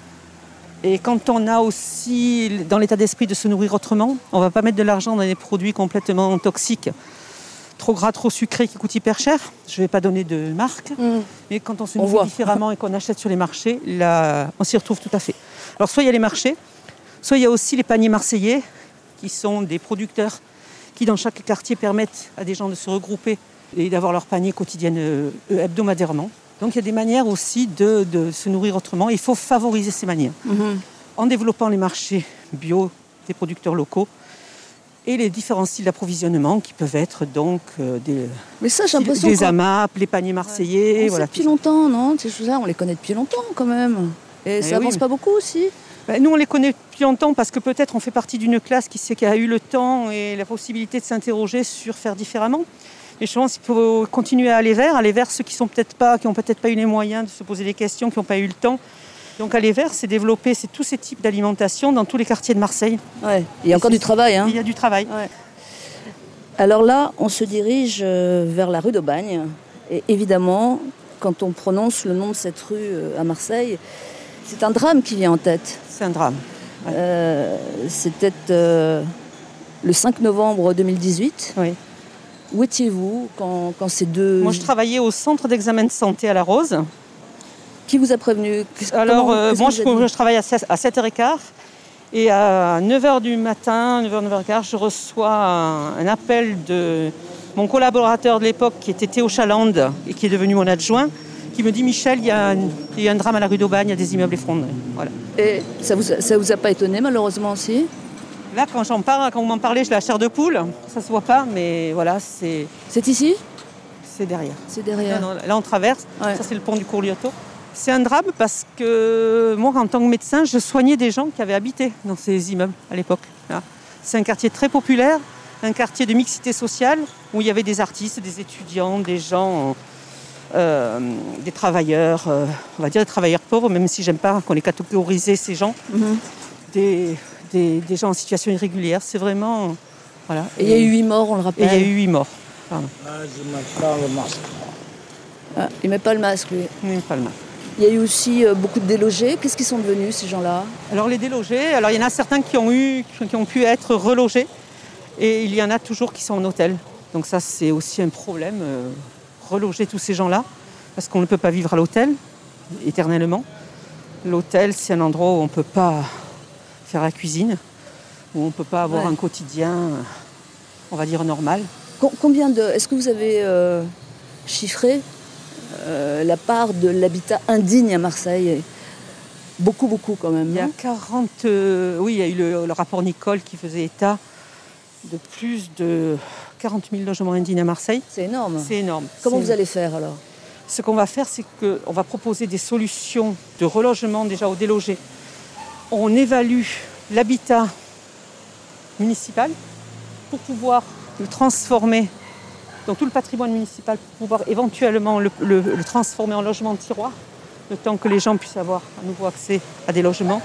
et quand on a aussi dans l'état d'esprit de se nourrir autrement, on ne va pas mettre de l'argent dans des produits complètement toxiques, trop gras, trop sucrés, qui coûtent hyper cher. Je ne vais pas donner de marque, mais quand on se On nourrit voit. différemment et qu'on achète sur les marchés, là, on s'y retrouve tout à fait. Alors, soit il y a les marchés, soit il y a aussi les paniers marseillais, qui sont des producteurs qui, dans chaque quartier, permettent à des gens de se regrouper et d'avoir leur panier quotidien euh, hebdomadairement. Donc il y a des manières aussi de, de se nourrir autrement. Il faut favoriser ces manières. En développant les marchés bio des producteurs locaux et les différents styles d'approvisionnement qui peuvent être donc euh, des, Mais ça, j'ai l'impression des qu'on- AMAP, les paniers marseillais. on sait Voilà. depuis longtemps, non? Ces choses-là, on les connaît depuis longtemps quand même. Et ça oui, avance mais- pas beaucoup aussi. Ben, nous, on les connaît depuis longtemps parce que peut-être on fait partie d'une classe qui, sait, qui a eu le temps et la possibilité de s'interroger sur faire différemment. Et je pense qu'il faut continuer à aller vers, aller vers ceux qui sont peut-être pas, qui n'ont peut-être pas eu les moyens de se poser des questions, qui n'ont pas eu le temps. Donc aller vers, c'est développer c'est tous ces types d'alimentation dans tous les quartiers de Marseille. Ouais. Il y a encore c'est- du travail. Hein. Il y a du travail. Alors là, on se dirige euh, vers la rue d'Aubagne. Et évidemment, quand on prononce le nom de cette rue euh, à Marseille, c'est un drame qui vient en tête. C'est un drame. Ouais. Euh, C'était euh, le cinq novembre deux mille dix-huit. Oui. Où étiez-vous quand, quand ces deux... Moi, je travaillais au centre d'examen de santé à La Rose. Qui vous a prévenu? Qu'est-ce- Alors, comment- euh, qu'est-ce moi, que je, vous avez dit je travaille à sept heures quinze. Et à neuf heures du matin, neuf heures, neuf heures quinze, je reçois un, un appel de mon collaborateur de l'époque, qui était Théo Chaland, et qui est devenu mon adjoint, qui me dit « Michel, il y, a un, il y a un drame à la rue d'Aubagne, il y a des immeubles effondrés. » Voilà. Et ça vous, a- ça vous a pas étonné, malheureusement, aussi? Là, quand j'en parle, quand vous m'en parlez, j'ai la chair de poule. Ça se voit pas, mais voilà, c'est, C'est ici? c'est derrière. C'est Là, derrière. non, là, on traverse. Ouais. Ça, c'est le pont du cours Lyoto. C'est un drame parce que moi, en tant que médecin, je soignais des gens qui avaient habité dans ces immeubles à l'époque. Voilà. C'est un quartier très populaire, un quartier de mixité sociale où il y avait des artistes, des étudiants, des gens, euh, des travailleurs, euh, on va dire des travailleurs pauvres, même si j'aime pas qu'on les catégorise, ces gens, Mhm. des, des, des gens en situation irrégulière. C'est vraiment... Voilà. Et il y a eu huit morts, on le Et rappelle. il y a eu huit morts. Pardon. Ah, il met pas le masque, lui. Même pas le mal. Il y a eu aussi euh, beaucoup de délogés. Qu'est-ce qu'ils sont devenus, ces gens-là? Alors les délogés, alors il y en a certains qui ont, eu, qui ont pu être relogés et il y en a toujours qui sont en hôtel. Donc ça c'est aussi un problème, euh, reloger tous ces gens-là, parce qu'on ne peut pas vivre à l'hôtel éternellement. L'hôtel c'est un endroit où on ne peut pas faire la cuisine. où on ne peut pas avoir ouais. un quotidien, on va dire, normal. Combien de... Est-ce que vous avez euh, chiffré euh, la part de l'habitat indigne à Marseille? Beaucoup, beaucoup quand même. Il y a quarante... Euh, oui, il y a eu le, le rapport Nicole qui faisait état de plus de quarante mille logements indignes à Marseille. C'est énorme. C'est énorme. Comment c'est... vous allez faire alors? Ce qu'on va faire, c'est qu'on va proposer des solutions de relogement déjà aux délogés. On évalue l'habitat municipal pour pouvoir le transformer, donc tout le patrimoine municipal, pour pouvoir éventuellement le, le, le transformer en logement de tiroir, le temps que les gens puissent avoir à nouveau accès à des logements.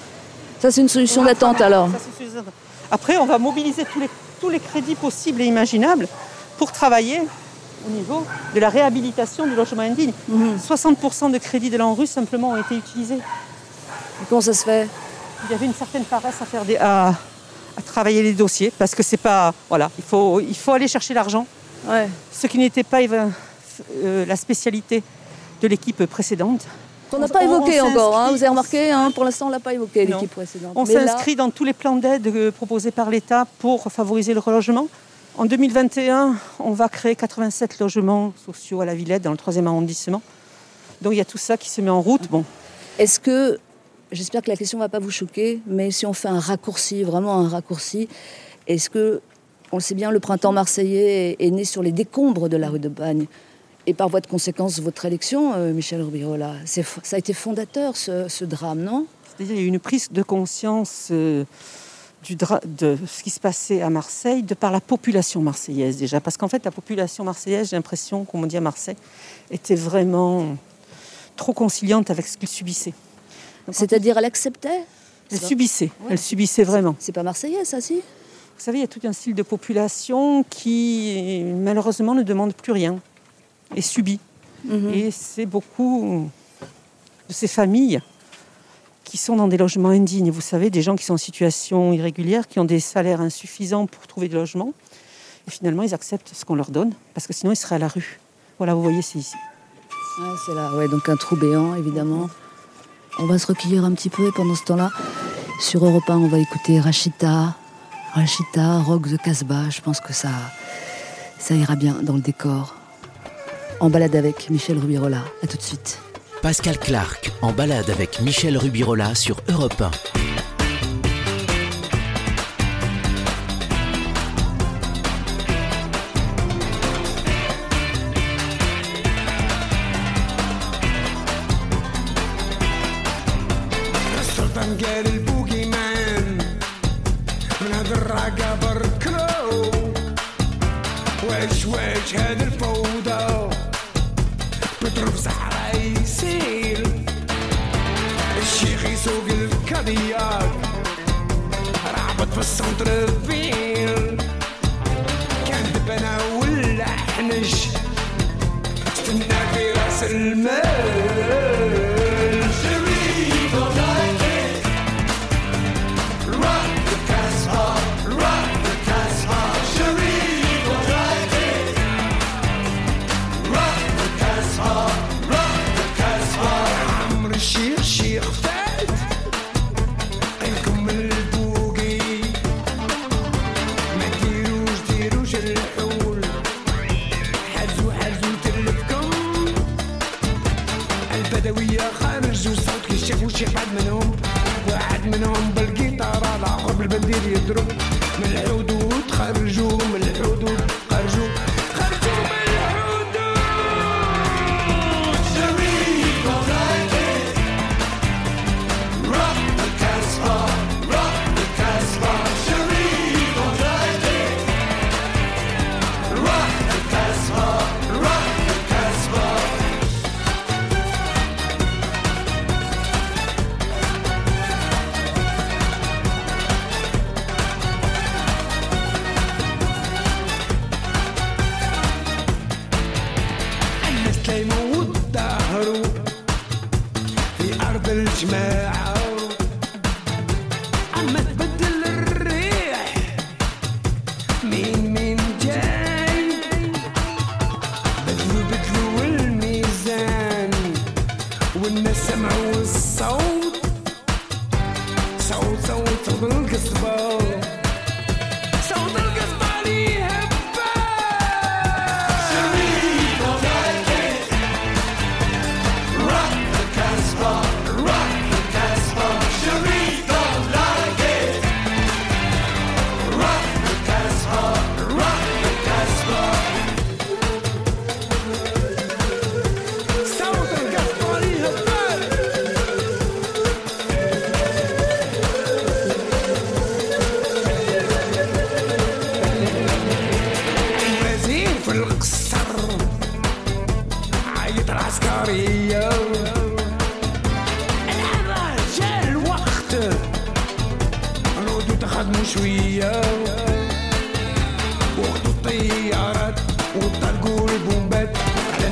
Ça, c'est une solution voilà, d'attente ça, alors. Ça, c'est une solution. Après, on va mobiliser tous les, tous les crédits possibles et imaginables pour travailler au niveau de la réhabilitation du logement indigne. Mmh. soixante pour cent de crédits de l'ANRU simplement ont été utilisés. Et comment ça se fait? Il y avait une certaine paresse à faire des... À, à travailler les dossiers, parce que c'est pas... Voilà, il faut, il faut aller chercher l'argent. Ouais. Ce qui n'était pas euh, la spécialité de l'équipe précédente. On n'a pas on, évoqué on encore, hein, vous avez remarqué, hein, pour l'instant on n'a pas évoqué non. l'équipe précédente. On Mais s'inscrit là... dans tous les plans d'aide euh, proposés par l'État pour favoriser le relogement. En deux mille vingt et un, on va créer quatre-vingt-sept logements sociaux à la Villette, dans le troisième arrondissement. Donc il y a tout ça qui se met en route. Bon. Est-ce que... J'espère que la question ne va pas vous choquer, mais si on fait un raccourci, vraiment un raccourci, est-ce que, on le sait bien, le printemps marseillais est né sur les décombres de la rue de Bagne, et par voie de conséquence, votre élection, euh, Michel Rubirola, c'est, ça a été fondateur, ce, ce drame, non? C'est-à-dire, il y a eu une prise de conscience euh, du dra- de ce qui se passait à Marseille, de par la population marseillaise déjà, parce qu'en fait, la population marseillaise, j'ai l'impression, comme on dit à Marseille, était vraiment trop conciliante avec ce qu'ils subissaient. Donc, c'est-à-dire, elle acceptait? Elle subissait, ouais. elle subissait vraiment. C'est pas marseillais, ça, si? Vous savez, il y a tout un style de population qui, malheureusement, ne demande plus rien et subit. Mmh. Et c'est beaucoup de ces familles qui sont dans des logements indignes. Vous savez, des gens qui sont en situation irrégulière, qui ont des salaires insuffisants pour trouver des logements. Et finalement, ils acceptent ce qu'on leur donne, parce que sinon, ils seraient à la rue. Voilà, vous voyez, c'est ici. Ah, c'est là, ouais, donc un trou béant, évidemment. On va se recueillir un petit peu et pendant ce temps-là, sur Europe un, on va écouter Rachita, Rachita, Rock the Casbah. Je pense que ça, ça ira bien dans le décor. En balade avec Michel Rubirola. À tout de suite. Pascal Clark, en balade avec Michel Rubirola sur Europe un. قال البوغي مان من هاد الراقة بركلو واش واش هاد الفوضى بتروح صحراء يسير الشيخ يسوق الكادياك رعبت في السنتر فيل كان دبنا ولا حنش استنى في راس المال شي حد منهم واحد منهم بالقيطار على عقب البندير يضرب من الحدود خرجوا من الحدود خرجوا خرجوا من الحدود شريف ورايتي rock the Casbah rock the Casbah شريف ورايتي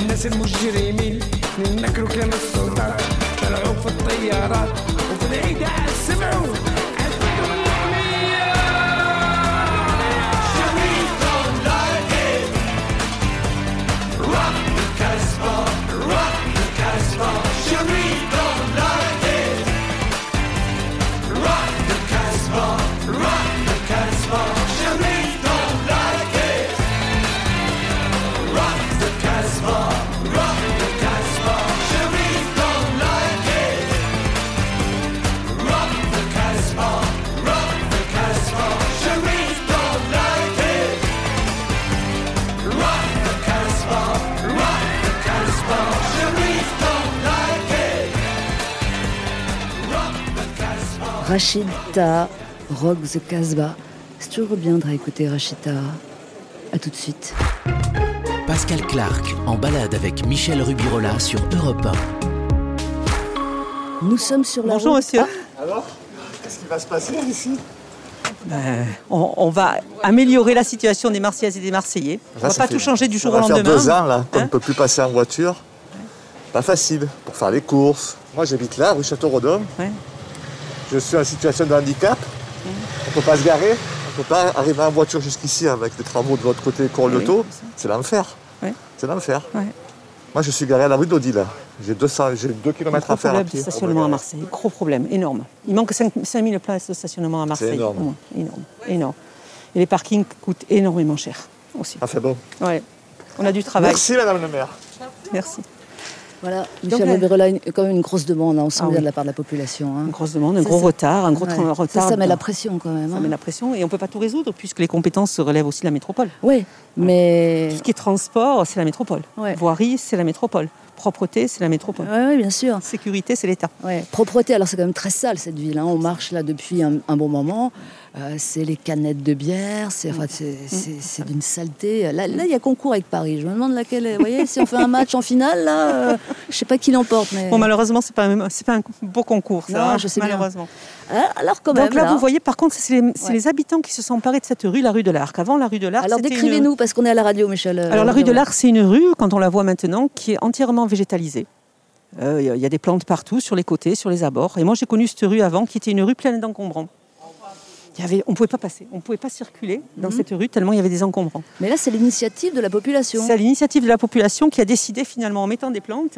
الناس المجرمين ننكروا كلام السلطات طلعوا في الطيارات وفي العيد عالسمعوا عالفكرة الوهمية. شريف don't like it. Rock the Casbah, rock the Casbah. شريف don't like it. Rock the Casbah, rock the Casbah. شريف don't like it. Rock the Casbah, rock the Casbah. Sharif don't like it. Rock the Casbah, rock the Casbah. Sharif don't like it. Rock the Casbah, rock the Casbah. Sharif don't like it. Rock the Casbah. Rachid Taha, Rock the Casbah. C'est toujours bien de réécouter Rachid Taha. A tout de suite. Pascal Clark en balade avec Michel Rubirola sur Europe un. Nous sommes sur la Bonjour route. monsieur. Alors, qu'est-ce qui va se passer ici? Ben, on, on va améliorer la situation des Marseillaises et des Marseillais. On Là, ne va ça pas fait- tout changer du ça jour au va lendemain. faire deux ans là, qu'on Hein ne peut plus passer en voiture. Pas facile pour faire les courses. Moi j'habite là, rue Château-Rodôme. Ouais. Je suis en situation de handicap. On ne peut pas se garer. On ne peut pas arriver en voiture jusqu'ici avec les travaux de l'autre côté, Cour-Lyoto. Oui. C'est l'enfer. Ouais. C'est l'enfer. Ouais. Moi je suis garé à la rue d'Audi là. J'ai deux cents, j'ai deux kilomètres Gros à faire à problème de pied. pour me stationnement à garer. Marseille, gros problème, énorme. Il manque cinq mille places de stationnement à Marseille. énorme. au moins. Énorme, énorme. Et les parkings coûtent énormément cher aussi. Ça fait bon. Ouais. On a du travail. Merci Madame le maire. Merci. Voilà, Donc, Michel euh, Rubirola, une- quand même une grosse demande, hein, on sent Ah bien oui. de la part de la population. hein. Une grosse demande, un C'est gros ça. retard, un gros Ouais. tra- retard. Ça, ça met dans- la pression quand même. Ça hein. met la pression et on ne peut pas tout résoudre puisque les compétences se relèvent aussi de la métropole. Oui, mais. Tout ce qui est transport, c'est la métropole. Ouais. Voirie, c'est la métropole. Propreté, c'est la métropole. Oui, ouais, bien sûr. Sécurité, c'est l'État. Ouais. Propreté, alors c'est quand même très sale cette ville. hein. On marche là depuis un, un bon moment. Euh, c'est les canettes de bière, c'est enfin, c'est- c'est- c'est d'une saleté. Là, là, il y a concours avec Paris. Je me demande laquelle. Vous voyez, si on fait un match en finale, là, euh, je sais pas qui l'emporte. Mais... Bon, malheureusement, c'est pas un- c'est pas un beau concours, ça. Non, hein, je sais bien. malheureusement. Ah, alors quand même. Donc là, vous voyez, par contre, c'est les, c'est Ouais. les habitants qui se sont emparés de cette rue, la rue de l'Arc. Avant, la rue de l'Arc, Alors c'était une- décrivez-nous, parce qu'on est à la radio, Michel. euh, Alors la rue de Rubirola. l'Arc, c'est une rue, quand on la voit maintenant, qui est entièrement végétalisée. Euh, Il y a- il y a des plantes partout, sur les côtés, sur les abords. Et moi, j'ai connu cette rue avant, qui était une rue pleine d'encombrants. Il y avait, on ne pouvait pas passer, on ne pouvait pas circuler dans Mhm. cette rue tellement il y avait des encombrants. Mais là, c'est l'initiative de la population. C'est à l'initiative de la population qui a décidé finalement, en mettant des plantes,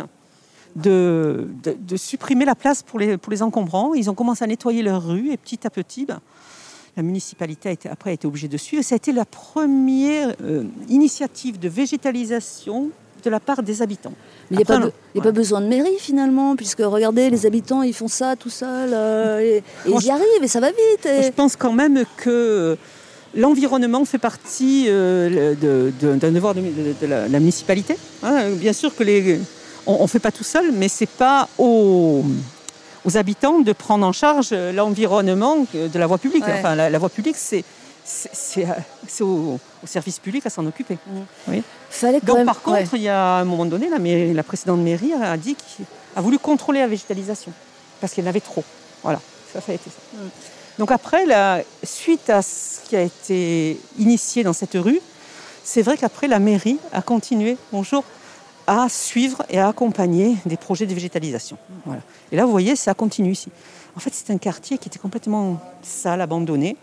de, de- de supprimer la place pour les, pour les encombrants. Ils ont commencé à nettoyer leur rue et petit à petit, ben, la municipalité a été, après a été obligée de suivre. Ça a été la première euh, initiative de végétalisation de la part des habitants. Mais il n'y a, Après, pas, on- be- il y a pas besoin de mairie finalement, puisque regardez, les habitants, ils font ça tout seuls, euh, et, et Moi, ils y arrivent, et ça va vite. et- Je pense quand même que l'environnement fait partie euh, de- de- d'un devoir de, de- de la, la municipalité. Hein, bien sûr que les, on ne fait pas tout seul, mais ce n'est pas aux, aux habitants de prendre en charge l'environnement de la voie publique. Ouais. Enfin, la, la voie publique, c'est, c'est, c'est, c'est au, au service public à s'en occuper. Oui. Fallait quand Donc, même. par contre, ouais. il y a un moment donné, la, mairie- la précédente mairie a dit qu'il a voulu contrôler la végétalisation parce qu'il y en avait trop. Voilà, ça, ça a été ça. Mm. Donc après, la, suite à ce qui a été initié dans cette rue, c'est vrai qu'après, la mairie a continué, bonjour, à suivre et à accompagner des projets de végétalisation. Voilà. Et là, vous voyez, ça continue ici. En fait, c'est un quartier qui était complètement sale, abandonné.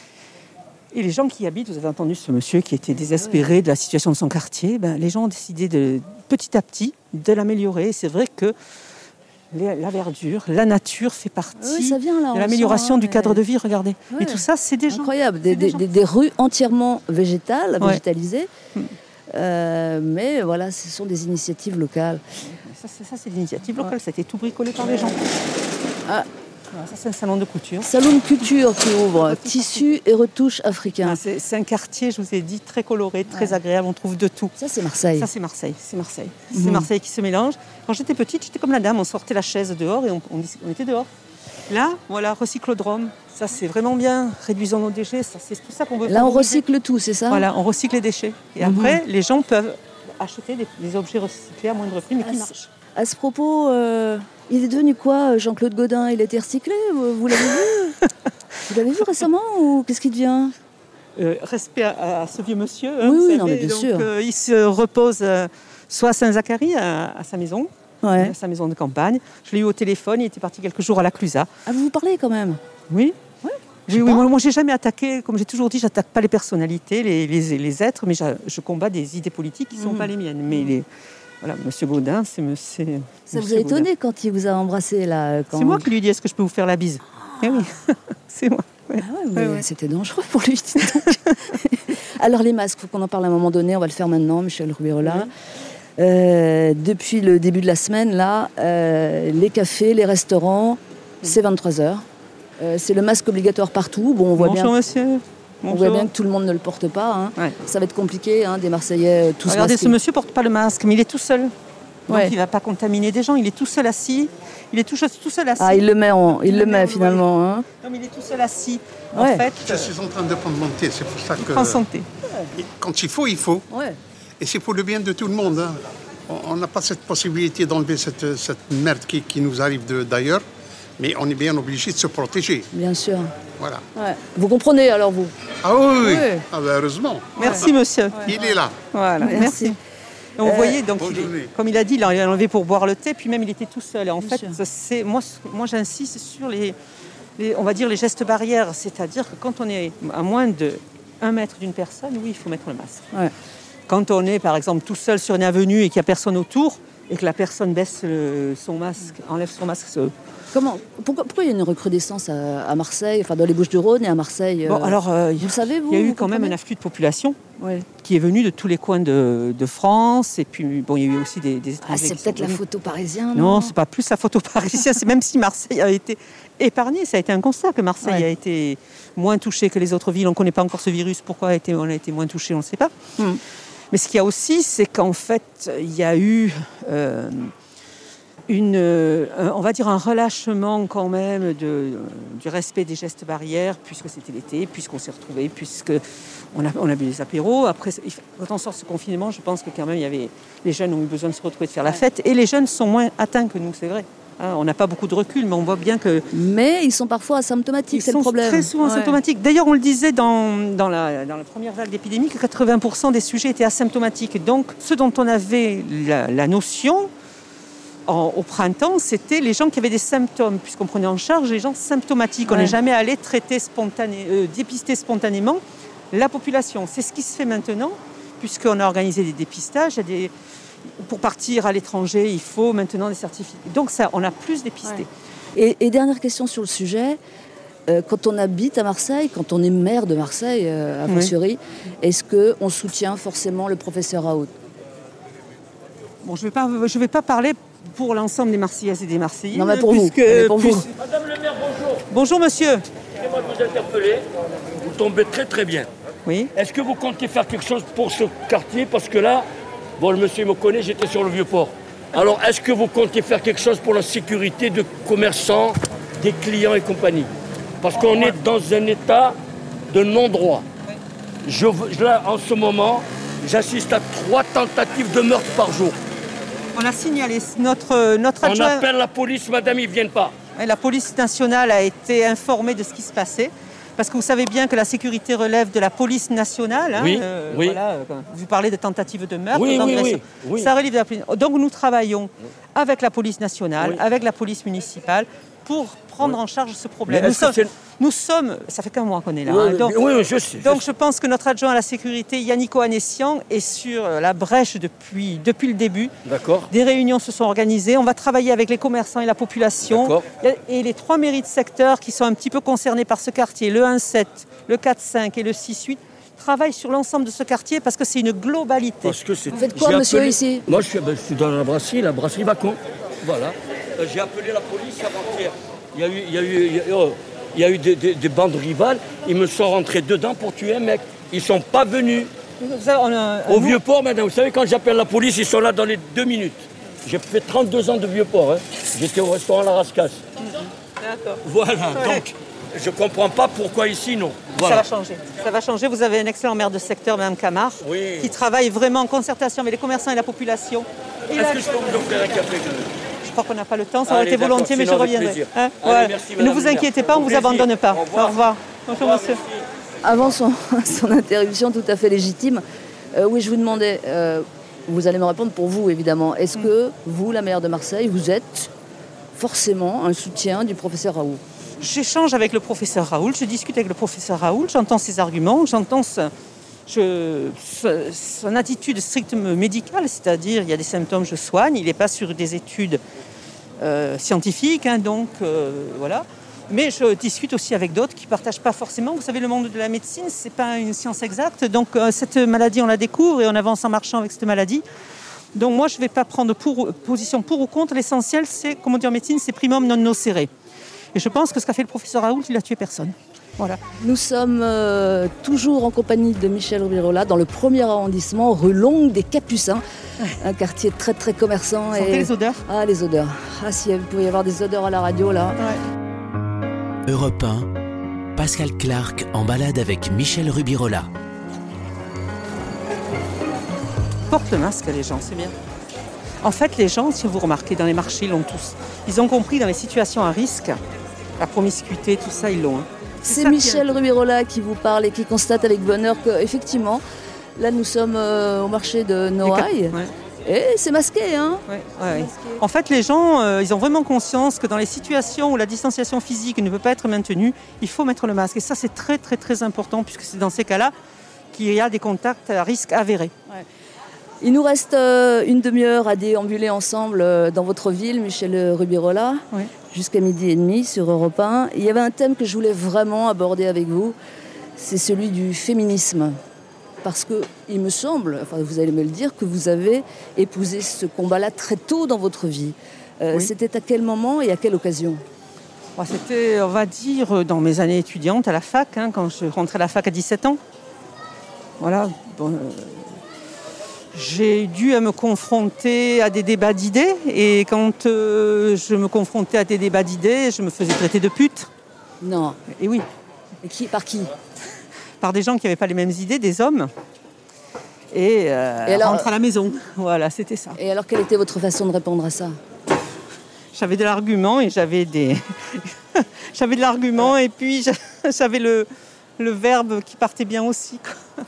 Et les gens qui y habitent, vous avez entendu ce monsieur qui était désespéré de la situation de son quartier, ben, les gens ont décidé de, petit à petit de l'améliorer. Et c'est vrai que les- la verdure, la nature fait partie Oui, ça vient là. on de le l'amélioration sent, hein, du mais- cadre de vie, regardez. Ouais. Et tout ça, c'est des gens. Incroyable, des, C'est des des- gens. des- des rues entièrement végétales, Ouais. végétalisées. Mm. Euh, mais voilà, ce sont des initiatives locales. Ça, c'est, ça, c'est l'initiative locale, ça a été tout bricolé par les gens. Ah. Voilà, ça, c'est un salon de couture. Salon de couture qui ouvre, tissus et retouches africains. Ah, c'est, c'est un quartier, je vous ai dit, très coloré, très Ouais. agréable, on trouve de tout. Ça, c'est Marseille. Ça, c'est Marseille, c'est Marseille. Mhm. C'est Marseille qui se mélange. Quand j'étais petite, j'étais comme la dame, on sortait la chaise dehors et on, on, on était dehors. Là, voilà, recyclodrome, ça c'est vraiment bien. Réduisons nos déchets, ça, c'est tout ça qu'on veut. Là, on favoriser. recycle tout, c'est ça? Voilà, on recycle les déchets. Et Mhm. après, les gens peuvent acheter des, des objets recyclés à moindre prix, mais qui Ah, marchent. À ce propos, euh, il est devenu quoi, Jean-Claude Gaudin? Il a été recyclé? Vous vous l'avez vu? Vous l'avez vu récemment ou qu'est-ce qu'il devient? euh, respect à, à ce vieux monsieur. Hein, Oui, vous oui, savez. non, mais bien Donc, sûr. euh, il se repose euh, soit à Saint-Zacharie, à, à sa maison, Ouais. à sa maison de campagne. Je l'ai eu au téléphone, il était parti quelques jours à la Clusaz. Ah, vous vous parlez quand même? Oui. Ouais. Oui, oui, moi, moi j'ai jamais attaqué, comme j'ai toujours dit, j'attaque pas les personnalités, les, les, les êtres, mais j'a- je combats des idées politiques qui ne sont Mhm. pas les miennes. Mais les, voilà, Monsieur Gaudin, c'est monsieur. Ça vous monsieur a Gaudin. étonné quand il vous a embrassé là quand... C'est moi qui lui ai dit, est-ce que je peux vous faire la bise? Eh oui, c'est moi. Ouais. Ah ouais, mais Ouais, ouais. c'était dangereux pour lui. dis donc. Alors les masques, il faut qu'on en parle à un moment donné, on va le faire maintenant, Michel Rubirola. Euh, depuis le début de la semaine, là, euh, les cafés, les restaurants, c'est vingt-trois heures. Euh, c'est le masque obligatoire partout. Bon, on voit, Bonjour bien, monsieur. on Bonjour. voit bien que tout le monde ne le porte pas. Hein. Ouais. Ça va être compliqué, hein, des Marseillais euh, tous Regardez, masqués. ce monsieur porte pas le masque, mais il est tout seul. Donc Ouais. il va pas contaminer des gens, il est tout seul assis. Il est tout, tout seul assis. Ah, il le met, en, il Il le le met met en- finalement. Hein. Non, mais il est tout seul assis. Ouais. En fait, Je suis en train de prendre mon thé, c'est pour ça que en santé. quand il faut, il faut. Ouais. Et c'est pour le bien de tout le monde. hein. On- On n'a pas cette possibilité d'enlever cette, cette merde qui, qui nous arrive de- d'ailleurs, mais on est bien obligé de se protéger. Bien sûr. Voilà. Ouais. Vous comprenez alors vous? Ah oui, oui, oui. Ouais. Ah ben, heureusement. Merci monsieur. Il est là. Voilà, Merci. merci. Et on Euh, voyait, donc, bonne il est- journée. comme il a dit, il a enlevé pour boire le thé, puis même il était tout seul. Et en Bien fait, sûr. c'est, moi, ce- moi j'insiste sur les, les- on va dire les gestes barrières, c'est-à-dire que quand on est à moins de un mètre d'une personne, oui, il faut mettre le masque. Ouais. Quand on est, par exemple, tout seul sur une avenue et qu'il n'y a personne autour, et que la personne baisse le- son masque, enlève son masque. se- Comment, pourquoi, pourquoi il y a une recrudescence à, à Marseille, enfin dans les Bouches-du-Rhône et à Marseille? Bon, euh, alors, euh, vous le savez, vous il y a eu vous quand même un comprenez afflux de population Ouais. qui est venu de tous les coins de, de France, et puis bon, il y a eu aussi des, des Ah, étrangers. c'est qui peut-être sont la venus. photo parisienne. Non, c'est pas plus la photo parisienne, c'est même si Marseille a été épargnée, ça a été un constat que Marseille Ouais. a été moins touchée que les autres villes. On ne connaît pas encore ce virus, pourquoi a été, on a été moins touché, on ne sait pas. Hmm. Mais ce qu'il y a aussi, c'est qu'en fait, il y a eu euh, une, euh, un- on va dire un relâchement quand même de, du respect des gestes barrières, puisque c'était l'été, puisqu'on s'est retrouvés, puisque on a, on a bu des apéros. Après, il fa- quand on sort de ce confinement, je pense que quand même, il y avait, les jeunes ont eu besoin de se retrouver, de faire la fête, et les jeunes sont moins atteints que nous, c'est vrai. Hein, on n'a pas beaucoup de recul, mais on voit bien que Mais ils sont parfois asymptomatiques, ils c'est le sont problème. très souvent Ouais. asymptomatiques. D'ailleurs, on le disait dans, dans, la, dans la première vague d'épidémie que quatre-vingts pour cent des sujets étaient asymptomatiques. Donc, ce dont on avait la, la notion en- au printemps, c'était les gens qui avaient des symptômes, puisqu'on prenait en charge les gens symptomatiques. On Ouais. n'est jamais allé traiter spontané, euh, dépister spontanément la population. C'est ce qui se fait maintenant, puisqu'on a organisé des dépistages. Il y a des... Pour partir à l'étranger, il faut maintenant des certificats. Donc, ça, on a plus dépisté. Et, et dernière question sur le sujet. Euh, quand on habite à Marseille, quand on est maire de Marseille, euh, a Oui. fortiori, est-ce qu'on soutient forcément le professeur Raoult? Bon, je ne vais, pas- je vais pas parler pour l'ensemble des Marseillaises et des Marseillais. Non, mais pour vous. puisque- Mais pour vous. puisque- Madame le maire, bonjour. Bonjour, monsieur. Excusez-moi de vous interpeller. Vous tombez très très bien. Oui. Est-ce que vous comptez faire quelque chose pour ce quartier? Parce que là, bon, le monsieur me connaît, j'étais sur le Vieux-Port. Alors, est-ce que vous comptez faire quelque chose pour la sécurité de commerçants, des clients et compagnie? Parce qu'on est dans un état de non-droit. Je, veux- là, en ce moment, j'assiste à trois tentatives de meurtre par jour. On a signalé notre, notre On adjoint. appelle la police, madame, ils ne viennent pas. Et la police nationale a été informée de ce qui se passait. Parce que vous savez bien que la sécurité relève de la police nationale. hein, Oui, euh, oui. voilà, euh, vous parlez de tentatives de meurtre, Oui, oui, d'agression. oui, oui. Ça relève de la police. Donc nous travaillons avec la police nationale, Oui. avec la police municipale, pour prendre en charge ce problème. Mais Nous est-ce que sommes, c'est- nous sommes, ça fait qu'un mois qu'on est là. Oui, hein, oui, donc, oui, oui, je sais. je donc sais. je pense que notre adjoint à la sécurité, Yannick Ohanessian, est sur la brèche depuis, depuis le début. D'accord. Des réunions se sont organisées. On va travailler avec les commerçants et la population. D'accord. Et les trois mairies de secteur qui sont un petit peu concernés par ce quartier, le un sept, le quatre cinq et le six huit, travaillent sur l'ensemble de ce quartier parce que c'est une globalité. Parce que c'est- Vous faites quoi, j'ai monsieur, appelé- ici? Moi, je suis, ben, je suis dans la brasserie, la brasserie Bacon. Voilà. Euh, j'ai appelé la police avant-hier. Il y a eu, il y a eu, il y a- oh, il y a eu des, des- des bandes rivales. Ils me sont rentrés dedans pour tuer un mec. Ils sont pas venus. Vous savez, on a un- Au nous- Vieux-Port, madame, vous savez, quand j'appelle la police, ils sont là dans les deux minutes. J'ai fait trente-deux ans de Vieux-Port. Hein. J'étais au restaurant La Rascasse. D'accord. Voilà, Ouais. donc je comprends pas pourquoi ici, non. Ça Voilà. va changer. Ça va changer. Vous avez un excellent maire de secteur, Mme Camard, Oui. qui travaille vraiment en concertation avec les commerçants et la population. Et Est-ce là, que je peux vous offrir un café quand même? je crois qu'on n'a pas le temps, ça aurait Allez, été d'accord, volontiers, mais je sinon, avec reviendrai. plaisir. Hein, Allez, voilà. merci, ne madame vous le maire. inquiétez pas, on Au ne vous plaisir. abandonne pas. Au revoir. Au revoir. Bonjour, Au revoir, monsieur. merci. avant son, son interruption tout à fait légitime, euh, oui, je vous demandais, euh, vous allez me répondre pour vous évidemment, est-ce que vous, la maire de Marseille, vous êtes forcément un soutien du professeur Raoult? J'échange avec le professeur Raoult, je discute avec le professeur Raoult, j'entends ses arguments, j'entends ce, je, ce, son attitude strictement médicale, c'est-à-dire il y a des symptômes, je soigne, il n'est pas sur des études euh, scientifiques, hein, donc euh, voilà. Mais je discute aussi avec d'autres qui ne partagent pas forcément. Vous savez, le monde de la médecine, ce n'est pas une science exacte. Donc euh, cette maladie, on la découvre et on avance en marchant avec cette maladie. Donc moi, je ne vais pas prendre pour, position pour ou contre. L'essentiel, c'est, comme on dit en médecine, c'est primum non nocere. Et je pense que ce qu'a fait le professeur Raoult, il a tué personne. Voilà. Nous sommes euh, toujours en compagnie de Michel Rubirola dans le premier arrondissement, rue Longue des Capucins. Un quartier très très commerçant. Vous sentez et... les odeurs? Ah, les odeurs. Ah, si il pouvait y avoir des odeurs à la radio, là. Ouais. Europe un, Pascal Clark en balade avec Michel Rubirola. Porte le masque, les gens, c'est bien. En fait, les gens, si vous remarquez, dans les marchés, ils l'ont tous. Ils ont compris dans les situations à risque, la promiscuité, tout ça, ils l'ont. Hein. C'est, c'est Michel qui... Rubirola qui vous parle et qui constate avec bonheur qu'effectivement, là, nous sommes euh, au marché de Noailles. Ouais. Et c'est masqué, hein ouais, ouais, masqué. En fait, les gens, euh, ils ont vraiment conscience que dans les situations où la distanciation physique ne peut pas être maintenue, il faut mettre le masque. Et ça, c'est très, très, très important, puisque c'est dans ces cas-là qu'il y a des contacts à risque avéré. Ouais. Il nous reste euh, une demi-heure à déambuler ensemble euh, dans votre ville, Michel Rubirola, ouais. jusqu'à midi et demi sur Europe un. Il y avait un thème que je voulais vraiment aborder avec vous, c'est celui du féminisme. Parce qu'il me semble, enfin vous allez me le dire, que vous avez épousé ce combat-là très tôt dans votre vie. Euh, oui. C'était à quel moment et à quelle occasion? Bon, c'était, on va dire, dans mes années étudiantes à la fac, hein, quand je rentrais à la fac à dix-sept ans. Voilà. Bon, euh, j'ai dû à me confronter à des débats d'idées. Et quand euh, je me confrontais à des débats d'idées, je me faisais traiter de pute. Non. Et oui. Et qui, par qui? Par des gens qui n'avaient pas les mêmes idées, des hommes, et, euh, et alors, rentre à la maison. Voilà, c'était ça. Et alors, quelle était votre façon de répondre à ça? J'avais de l'argument et j'avais des... j'avais de l'argument et puis j'avais le, le verbe qui partait bien aussi.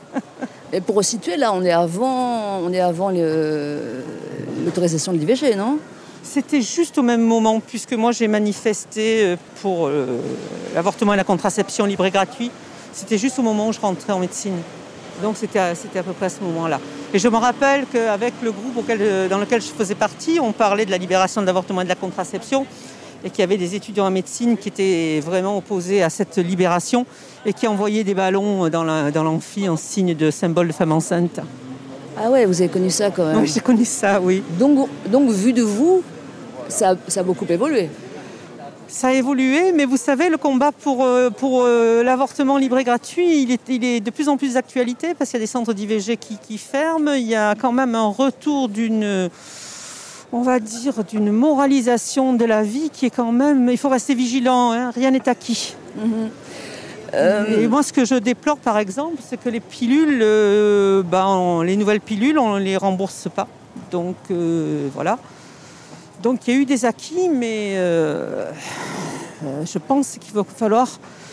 Et pour resituer, là, on est avant, on est avant le, l'autorisation de l'I V G, non? C'était juste au même moment, puisque moi, j'ai manifesté pour euh, l'avortement et la contraception libre et gratuit. C'était juste au moment où je rentrais en médecine. Donc c'était à, c'était à peu près à ce moment-là. Et je me rappelle qu'avec le groupe auquel, dans lequel je faisais partie, on parlait de la libération de l'avortement et de la contraception et qu'il y avait des étudiants en médecine qui étaient vraiment opposés à cette libération et qui envoyaient des ballons dans, la, dans l'amphi en signe de symbole de femme enceinte. Ah ouais, vous avez connu ça quand même? Oui, j'ai connu ça, oui. Donc, donc vu de vous, ça, ça a beaucoup évolué? Ça a évolué, mais vous savez, le combat pour, pour euh, l'avortement libre et gratuit, il est, il est de plus en plus d'actualité parce qu'il y a des centres d'I V G qui, qui ferment. Il y a quand même un retour d'une, on va dire, d'une moralisation de la vie qui est quand même... Il faut rester vigilant, hein, rien n'est acquis. Mmh. Euh... Et moi, ce que je déplore, par exemple, c'est que les pilules, euh, ben, les nouvelles pilules, on ne les rembourse pas. Donc, euh, voilà. Donc il y a eu des acquis, mais euh, euh, je pense qu'il va falloir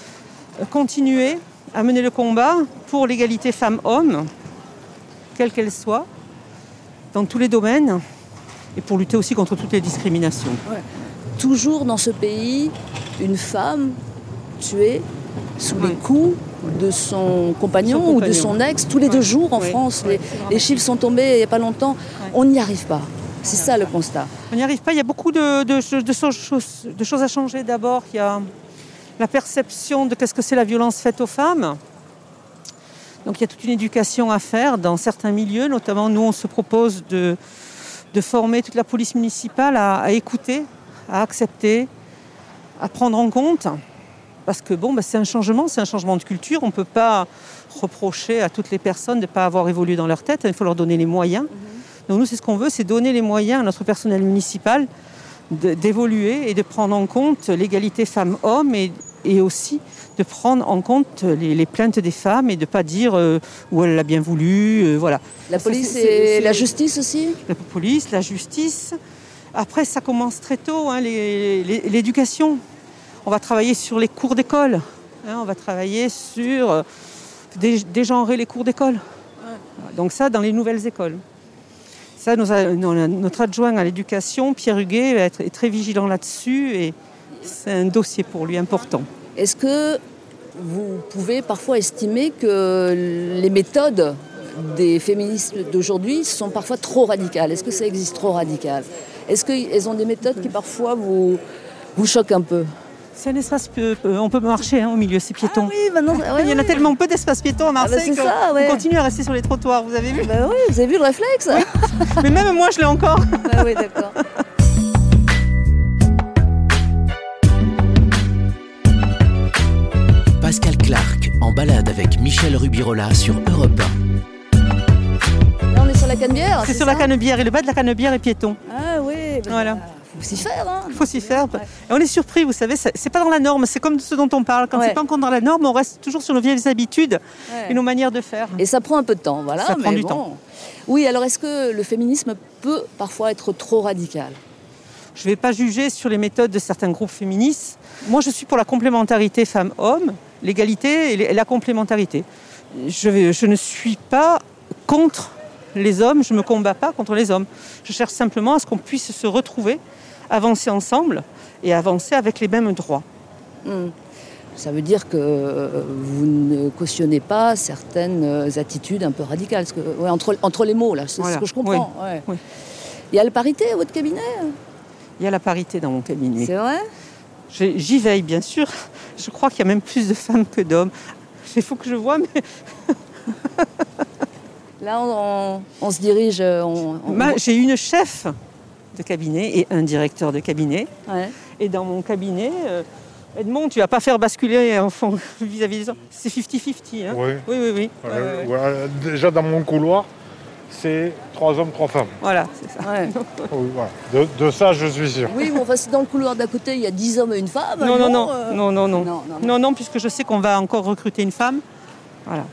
continuer à mener le combat pour l'égalité femmes-hommes, quelle qu'elle soit, dans tous les domaines, et pour lutter aussi contre toutes les discriminations. Ouais. Toujours dans ce pays, une femme tuée sous ouais. les coups de son compagnon, son compagnon ou de son ex, tous les ouais. deux jours en ouais. France. Ouais. Les, les chiffres sont tombés il n'y a pas longtemps. Ouais. On n'y arrive pas. C'est ça le constat. On n'y arrive pas. Il y a beaucoup de, de, de, choses, de choses à changer. D'abord, il y a la perception de qu'est-ce que c'est la violence faite aux femmes. Donc il y a toute une éducation à faire dans certains milieux. Notamment, nous, on se propose de, de former toute la police municipale à, à écouter, à accepter, à prendre en compte. Parce que bon, bah, c'est un changement, c'est un changement de culture. On ne peut pas reprocher à toutes les personnes de ne pas avoir évolué dans leur tête. Il faut leur donner les moyens. Mm-hmm. Donc nous, c'est ce qu'on veut, c'est donner les moyens à notre personnel municipal de, d'évoluer et de prendre en compte l'égalité femmes-hommes et, et aussi de prendre en compte les, les plaintes des femmes et de ne pas dire euh, où elle l'a bien voulu. Euh, voilà. La police ça, c'est, c'est, et c'est, la justice aussi? La police, la justice. Après, ça commence très tôt, hein, les, les, l'éducation. On va travailler sur les cours d'école. Hein, on va travailler sur dé- dégenrer les cours d'école. Donc ça, dans les nouvelles écoles. Ça, nos a- nos- notre adjoint à l'éducation, Pierre Huguet, est, est très vigilant là-dessus et c'est un dossier pour lui important. Est-ce que vous pouvez parfois estimer que les méthodes des féministes d'aujourd'hui sont parfois trop radicales? Est-ce que ça existe trop radical? Est-ce qu'elles ont des méthodes qui parfois vous, vous choquent un peu? C'est un espace, peu, peu- on peut marcher hein, au milieu, c'est piéton. Ah oui, maintenant, ouais, Il y en a ouais. tellement peu d'espace piéton à Marseille Ah bah c'est qu'on ça, ouais. on continue à rester sur les trottoirs, vous avez vu? Bah oui, vous avez vu le réflexe? Mais même moi, je l'ai encore. Ah oui, d'accord. Pascal Clark en balade avec Michel Rubirola sur Europe un. Là, on est sur la Canebière. C'est sur la Canebière et le bas de la Canebière est piéton. Ah oui, bah, Voilà. faut s'y faire. Hein. Il faut s'y faire. Et on est surpris, vous savez, c'est c'est pas dans la norme, c'est comme ce dont on parle. Quand Ouais. c'est pas encore dans la norme, on reste toujours sur nos vieilles habitudes Ouais. et nos manières de faire. Et ça prend un peu de temps, voilà. Ça prend mais du bon. temps. Oui, alors est-ce que le féminisme peut parfois être trop radical? Je ne vais pas juger sur les méthodes de certains groupes féministes. Moi, je suis pour la complémentarité femmes-hommes, l'égalité et les- et la complémentarité. Je, vais- je ne suis pas contre les hommes, je ne me combats pas contre les hommes. Je cherche simplement à ce qu'on puisse se retrouver, avancer ensemble et avancer avec les mêmes droits. Hmm. Ça veut dire que euh, vous ne cautionnez pas certaines euh, attitudes un peu radicales. Parce que, ouais, entre, entre les mots, là, c'est Voilà. ce que je comprends. ouais. Oui. Il y a la parité à votre cabinet? Il y a la parité dans mon cabinet. C'est vrai? J'ai- J'y veille, bien sûr. Je crois qu'il y a même plus de femmes que d'hommes. Il faut que je vois, mais Là, on, on- on se dirige. euh, On, on- Ma- j'ai une chef de cabinet et un directeur de cabinet. Ouais. Et dans mon cabinet, euh, Edmond, tu vas pas faire basculer en fond vis-à-vis des hommes. C'est cinquante cinquante. Hein. Oui. Oui, oui, oui. Voilà, Ouais, ouais, ouais. voilà. Déjà dans mon couloir, c'est trois hommes, trois femmes. Voilà, c'est ça. Ouais. Oui, voilà. de, de ça, je suis sûr. Oui, mais enfin, si dans le couloir d'à côté, il y a dix hommes et une femme. Non, non, non, euh, non, non, non, non, non. non, non, puisque je sais qu'on va encore recruter une femme. Voilà.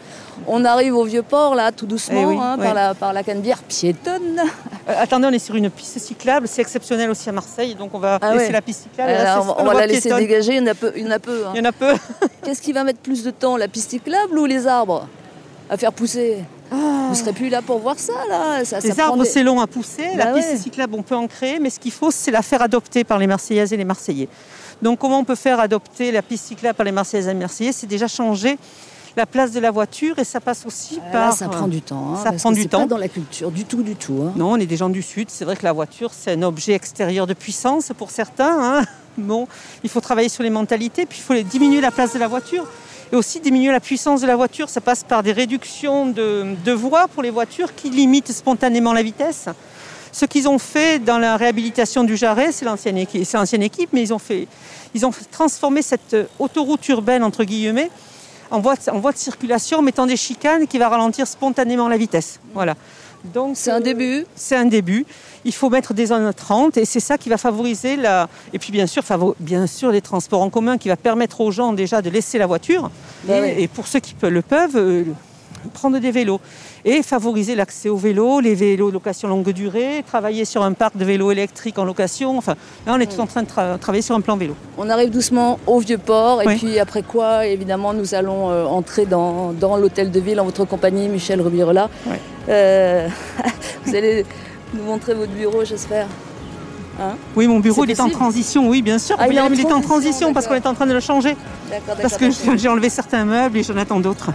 On arrive au Vieux-Port, là, tout doucement, Eh oui, hein, ouais. par, la, par la Canebière piétonne. Euh, attendez, on est sur une piste cyclable, c'est exceptionnel aussi à Marseille, donc on va Ah laisser ouais. la piste cyclable. et Alors, là, on c'est va, sur on une va voie la laisser piétonne. dégager, il y en a peu. Il y en a peu, hein. Il y en a peu. Qu'est-ce qui va mettre plus de temps, la piste cyclable ou les arbres à faire pousser? Vous ne serez plus là pour voir ça, là ça, ça Les prend arbres, des- c'est long à pousser. La Bah piste ouais. cyclable, on peut en créer, mais ce qu'il faut, c'est la faire adopter par les Marseillaises et les Marseillais. Donc, comment on peut faire adopter la piste cyclable par les Marseillaises et les Marseillais? C'est déjà changer la place de la voiture et ça passe aussi Ah, par... là, ça prend du temps. hein, ça parce prend que du c'est temps. pas dans la culture, du tout, du tout. hein. Non, on est des gens du Sud. C'est vrai que la voiture, c'est un objet extérieur de puissance pour certains. hein. Bon, il faut travailler sur les mentalités, puis il faut diminuer la place de la voiture. Et aussi diminuer la puissance de la voiture. Ça passe par des réductions de, de voies pour les voitures qui limitent spontanément la vitesse. Ce qu'ils ont fait dans la réhabilitation du Jarret, c'est l'ancienne équipe, c'est l'ancienne équipe, mais ils ont, fait, ils ont transformé cette autoroute urbaine, entre guillemets, en voie, de, en voie de circulation, en mettant des chicanes qui va ralentir spontanément la vitesse. Voilà. Donc, C'est un euh, début. C'est un début. Il faut mettre des zones trente et c'est ça qui va favoriser la... Et puis bien sûr, favo- bien sûr les transports en commun qui va permettre aux gens déjà de laisser la voiture. Bah et, oui. et pour ceux qui pe- le peuvent, euh, prendre des vélos. Et favoriser l'accès aux vélos, les vélos de location longue durée, travailler sur un parc de vélos électriques en location. Enfin, là, on est tout en train de tra- travailler sur un plan vélo. On arrive doucement au Vieux-Port et Oui. puis après quoi, évidemment, nous allons euh, entrer dans, dans l'hôtel de ville en votre compagnie, Michel Rubirola. Ouais. Euh, vous allez nous montrer votre bureau, j'espère. Hein Oui, mon bureau, C'est il est en possible transition, oui, bien sûr. Ah, il est en il est en transition, transition parce qu'on d'accord. est en train de le changer. D'accord, Parce d'accord, que d'accord. j'ai enlevé certains meubles et j'en attends d'autres.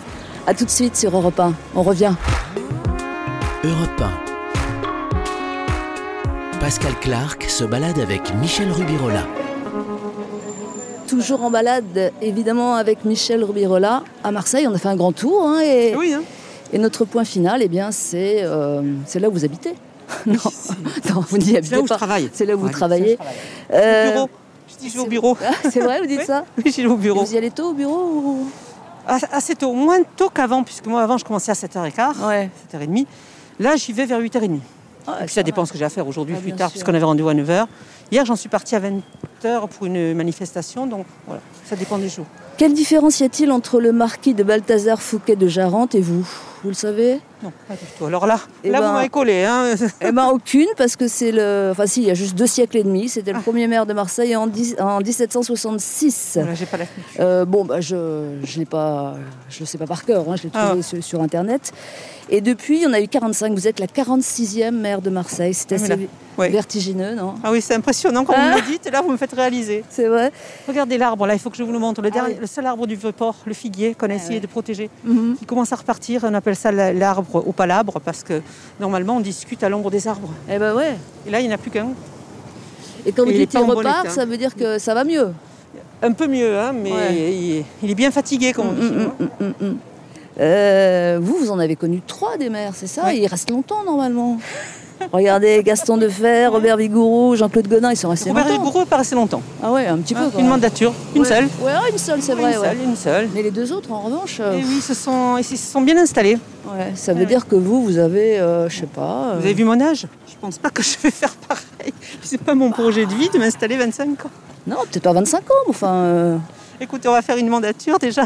À tout de suite sur Europe un. On revient. Europe un. Pascal Clark se balade avec Michel Rubirola. Toujours en balade, évidemment, avec Michel Rubirola. À Marseille, on a fait un grand tour. hein, et, Oui, hein. et notre point final, eh bien, c'est euh, c'est là où vous habitez. non, non, vous n'y habitez là où je pas. travaille. C'est là où vous Ouais, travaillez. Au Euh, bureau. Je dis, je vais au bureau. Ah, c'est vrai, vous dites Oui. ça? Oui, je vais au bureau. Vous y allez tôt au bureau ou... As- Assez tôt, moins tôt qu'avant, puisque moi avant je commençais à sept heures quinze, Ouais. sept heures trente. Là j'y vais vers huit heures trente. Ah, Et puis ça dépend ce que j'ai à faire aujourd'hui, Ah, plus bien tard, sûr. puisqu'on avait rendez-vous à neuf heures. Hier j'en suis partie à vingt heures pour une manifestation, donc voilà, ça dépend des jours. Quelle différence y a-t-il entre le marquis de Balthazar Fouquet de Jarente et vous? Vous le savez? Non, pas du tout. Alors là, Eh là ben- vous m'avez collé. Hein. Eh ben aucune, parce que c'est le... Enfin si, il y a juste deux siècles et demi. C'était le Ah. premier maire de Marseille en, dix- en dix-sept cent soixante-six. Voilà, j'ai pas la culture. Euh, bon, bah, je ne l'ai pas, je le sais pas par cœur, hein, je l'ai trouvé Ah ouais. sur, sur Internet. Et depuis, il y en a eu quarante-cinq. Vous êtes la quarante-sixième maire de Marseille. C'est Ah, assez mais là, ouais. vertigineux, non? Ah oui, c'est impressionnant quand Ah. vous me le dites. Et là, vous me faites réaliser. C'est vrai. Regardez l'arbre, là, il faut que je vous le montre. Le, Ah dernier, oui. le seul arbre du Vieux-Port, le figuier, qu'on a essayé ouais. de protéger, Mhm. qui commence à repartir. On appelle ça la- l'arbre au palabre, parce que normalement, on discute à l'ombre des arbres. Eh ben ouais. Et là, il n'y en a plus qu'un. Et quand vous Et il dites est qu'il pas en bon repart, état. ça veut dire que ça va mieux. Un peu mieux, hein, mais Ouais. il, il est bien fatigué, comme on dit. Mm, mm, mm, mm, mm. Euh, vous, vous en avez connu trois des maires, c'est ça? Oui. Il reste longtemps normalement. Regardez, Gaston Defer, Robert Vigouroux, Jean-Claude Godin, ils sont restés Robert longtemps. Vigouroux est pas resté longtemps. Ah ouais, un petit peu. Hein, quand une même. mandature, une Ouais. seule. Ouais, une seule, c'est Oui, vrai. Une ouais. seule, une seule. Mais les deux autres, en revanche, euh, Et oui, ils se sont, ils se sont bien installés. ouais, ça veut Ouais. dire que vous, vous avez, euh, je sais pas. euh, Vous avez vu mon âge? Je pense pas que je vais faire pareil. C'est pas mon projet de vie de m'installer vingt-cinq ans. Non, peut-être pas vingt-cinq ans, mais enfin. euh, Écoutez, on va faire une mandature déjà.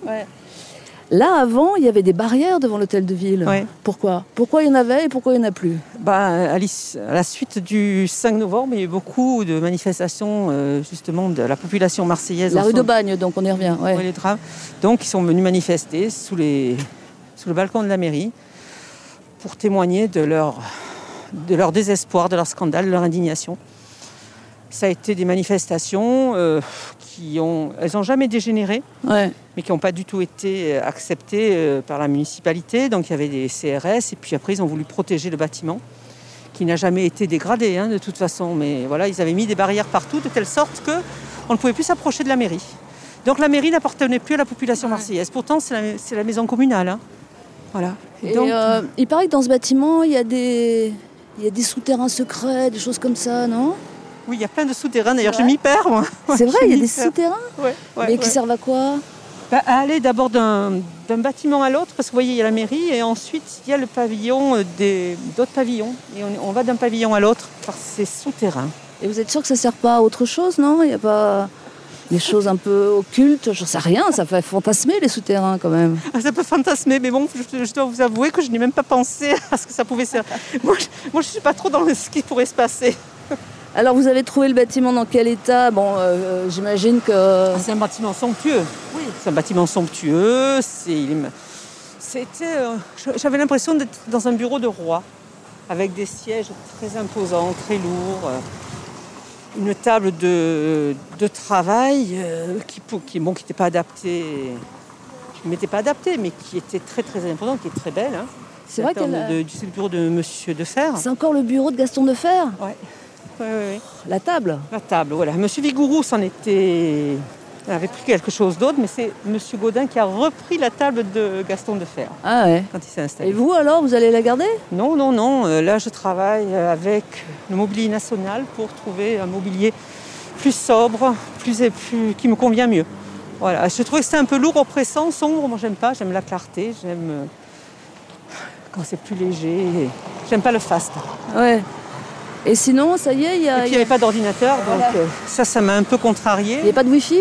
Là, avant, il y avait des barrières devant l'hôtel de ville. Ouais. Pourquoi Pourquoi il y en avait et pourquoi il n'y en a plus? Bah, à, l'is- à la suite du cinq novembre, il y a eu beaucoup de manifestations euh, justement de la population marseillaise. La en rue son- d'Aubagne, donc on y revient. Ouais. Ouais, les drames. Donc ils sont venus manifester sous, les, sous le balcon de la mairie pour témoigner de leur, de leur désespoir, de leur scandale, de leur indignation. Ça a été des manifestations euh, qui ont, elles n'ont jamais dégénéré, Ouais. mais qui n'ont pas du tout été acceptées euh, par la municipalité. Donc il y avait des C R S et puis après ils ont voulu protéger le bâtiment qui n'a jamais été dégradé hein, de toute façon. Mais voilà, ils avaient mis des barrières partout de telle sorte qu'on ne pouvait plus s'approcher de la mairie. Donc la mairie n'appartenait plus à la population marseillaise. Pourtant c'est la, c'est la maison communale. hein. Voilà. Et donc, euh, il paraît que dans ce bâtiment, il y a des, il y a des souterrains secrets, des choses comme ça, non? oui, il y a plein de souterrains. D'ailleurs, C'est je m'y perds. Moi. C'est Ouais, vrai, je il y a m'y des perds. souterrains. Ouais, ouais, Mais ouais. qui servent à quoi? Bah, à aller d'abord d'un, d'un bâtiment à l'autre, parce que vous voyez, il y a la mairie, et ensuite il y a le pavillon, euh, des, d'autres pavillons. Et on, on va d'un pavillon à l'autre par ces souterrains. Et vous êtes sûr que ça ne sert pas à autre chose, non? Il n'y a pas des choses un peu occultes? J'en sais rien, ça fait fantasmer les souterrains quand même. Ah, ça peut fantasmer, mais bon, je, je dois vous avouer que je n'ai même pas pensé à ce que ça pouvait servir. Moi, je, moi, je suis pas trop dans ce qui pourrait se passer. Alors vous avez trouvé le bâtiment dans quel état? Bon, euh, j'imagine que... Ah, c'est un bâtiment somptueux. Oui. C'est un bâtiment somptueux. C'est, il me- c'était, euh, j'avais l'impression d'être dans un bureau de roi, avec des sièges très imposants, très lourds, euh, une table de, de travail euh, qui, pour- qui, bon, qui n'était pas adaptée, qui m'était pas adaptée, mais qui était très très imposante, qui est très belle. hein. C'est vrai la table qu'elle a- de- c'est le bureau de Monsieur Defer. C'est encore le bureau de Gaston Defer? Ouais. Ouais, ouais, ouais. La table? La table, voilà. Monsieur Vigouroux s'en était... Il avait pris quelque chose d'autre, mais c'est Monsieur Gaudin qui a repris la table de Gaston Defer Ah ouais. quand il s'est installé. Et vous alors, vous allez la garder? Non, non, non. euh, Là, je travaille avec le Mobilier National pour trouver un mobilier plus sobre, plus, plus qui me convient mieux. Voilà. Je trouvais que c'était un peu lourd, oppressant, sombre. Moi, j'aime pas. J'aime la clarté. J'aime euh, quand c'est plus léger. J'aime pas le faste. Ouais. Et sinon, ça y est, il y Et a... puis, il n'y avait pas d'ordinateur, donc Voilà. euh, ça, ça m'a un peu contrariée. Il n'y a pas de wifi?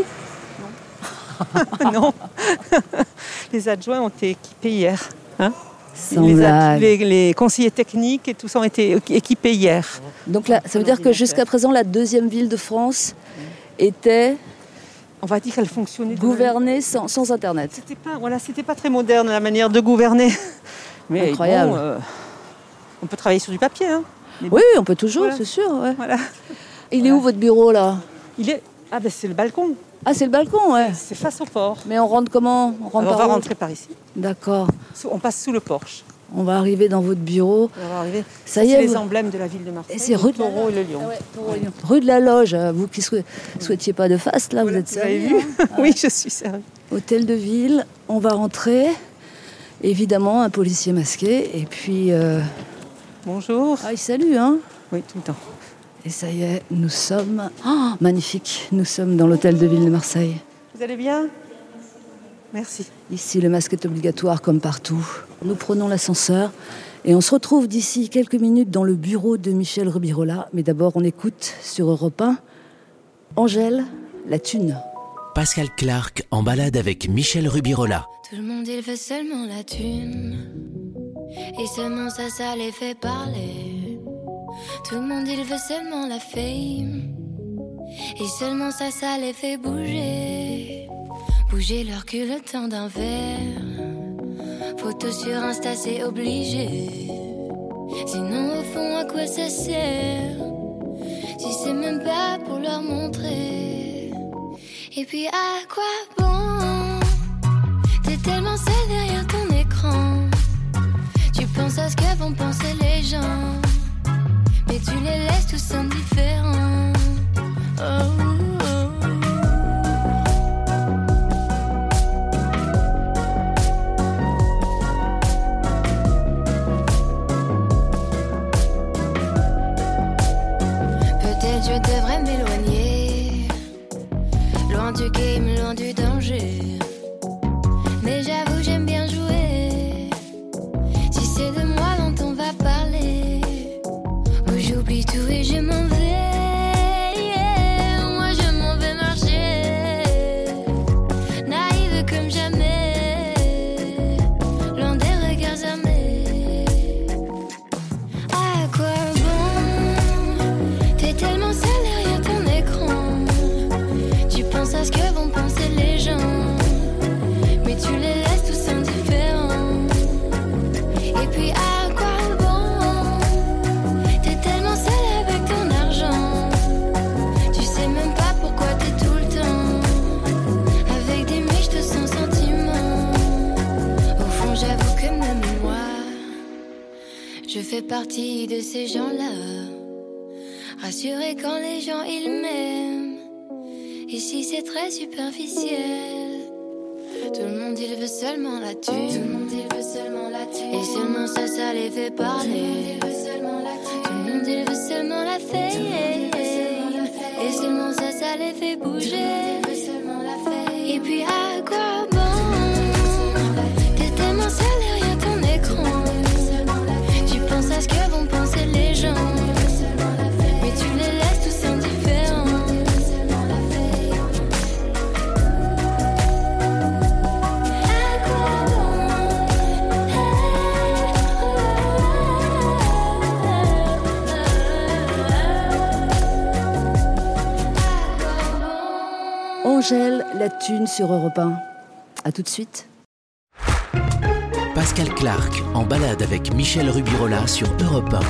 Non. Les adjoints ont été équipés hier. hein. Sans les, blague. les- les conseillers techniques et tout ça ont été équipés hier. Donc là, ça veut dire que jusqu'à présent, la deuxième ville de France était On va dire qu'elle fonctionnait. de gouvernée sans, sans Internet. C'était pas, voilà, c'était pas très moderne la manière de gouverner. Mais Incroyable. bon, euh, on peut travailler sur du papier. hein. Mais Oui, on peut toujours, Voilà. c'est sûr. Ouais. Voilà. Il est où votre bureau là? Il est. Ah ben c'est le balcon. Ah, c'est le balcon, ouais. C'est face au port. Mais on rentre comment? On rentre Alors, on par va où? rentrer par ici. D'accord. Sous- On passe sous le porche. On va arriver dans votre bureau. On va arriver. Ça y est, C'est les vous- emblèmes de la ville de Marseille. Et c'est rue de le la taureau et le lion. Ah ouais, taureau et lion. Rue de la Loge, euh, vous qui ne souhaitiez pas de faste, là, Voilà, vous êtes vous avez servi. vu hein. Oui, je suis servie. Hôtel de ville, on va rentrer. Évidemment, un policier masqué. Et puis. euh, Bonjour. Ah, il salue, hein? Oui, tout le temps. Et ça y est, nous sommes. Oh, magnifique! Nous sommes dans l'hôtel de ville de Marseille. Vous allez bien? Merci. Ici, le masque est obligatoire comme partout. Nous prenons l'ascenseur et on se retrouve d'ici quelques minutes dans le bureau de Michel Rubirola. Mais d'abord, on écoute sur Europe un Angèle, la thune. Pascal Clark en balade avec Michel Rubirola. Tout le monde il veut seulement la thune. Et seulement ça, ça les fait parler. Tout le monde, il veut seulement la fame. Et seulement ça, ça les fait bouger. Bouger leur cul le temps d'un verre. Photo sur Insta, c'est obligé. Sinon, au fond, à quoi ça sert? Si c'est même pas pour leur montrer. Et puis, à quoi bon? T'es tellement seul derrière ton écran. Tu penses à ce que vont penser les gens. Mais tu les laisses tous indifférents. Oh, oh. Peut-être je devrais m'éloigner, loin du game, loin du danger. Mais j'avoue j'aime bien jouer. Si c'est de moi dont on va parler, où j'oublie tout et je m'en vais. Moi je m'en vais marcher, naïve comme jamais, loin des regards armés. À quoi bon? T'es tellement seul derrière ton écran. Tu penses à ce que vont penser les gens. Mais tu les laisses tous indifférents. Et puis à quoi bon? T'es tellement seul avec ton argent. Tu sais même pas pourquoi t'es tout le temps avec des miches de sans sentiment. Au fond j'avoue que même moi, je fais partie de ces gens-là, rassurés quand les gens ils m'aiment. Ici c'est très superficiel. Tout le monde il veut seulement la thune. Tout le monde il veut seulement la thune. Et seulement ça, ça les fait parler. Tout le monde il veut seulement la thune. Tout le monde il veut seulement la fame. Et seulement ça, ça les fait bouger. Et puis à quoi bon? T'es tellement seul derrière ton écran. Tu penses à ce que vont penser les gens. Mais tu les laisses tous indifférents. Angèle, la thune sur Europe un. A tout de suite. Pascal Clark en balade avec Michel Rubirola sur Europe un.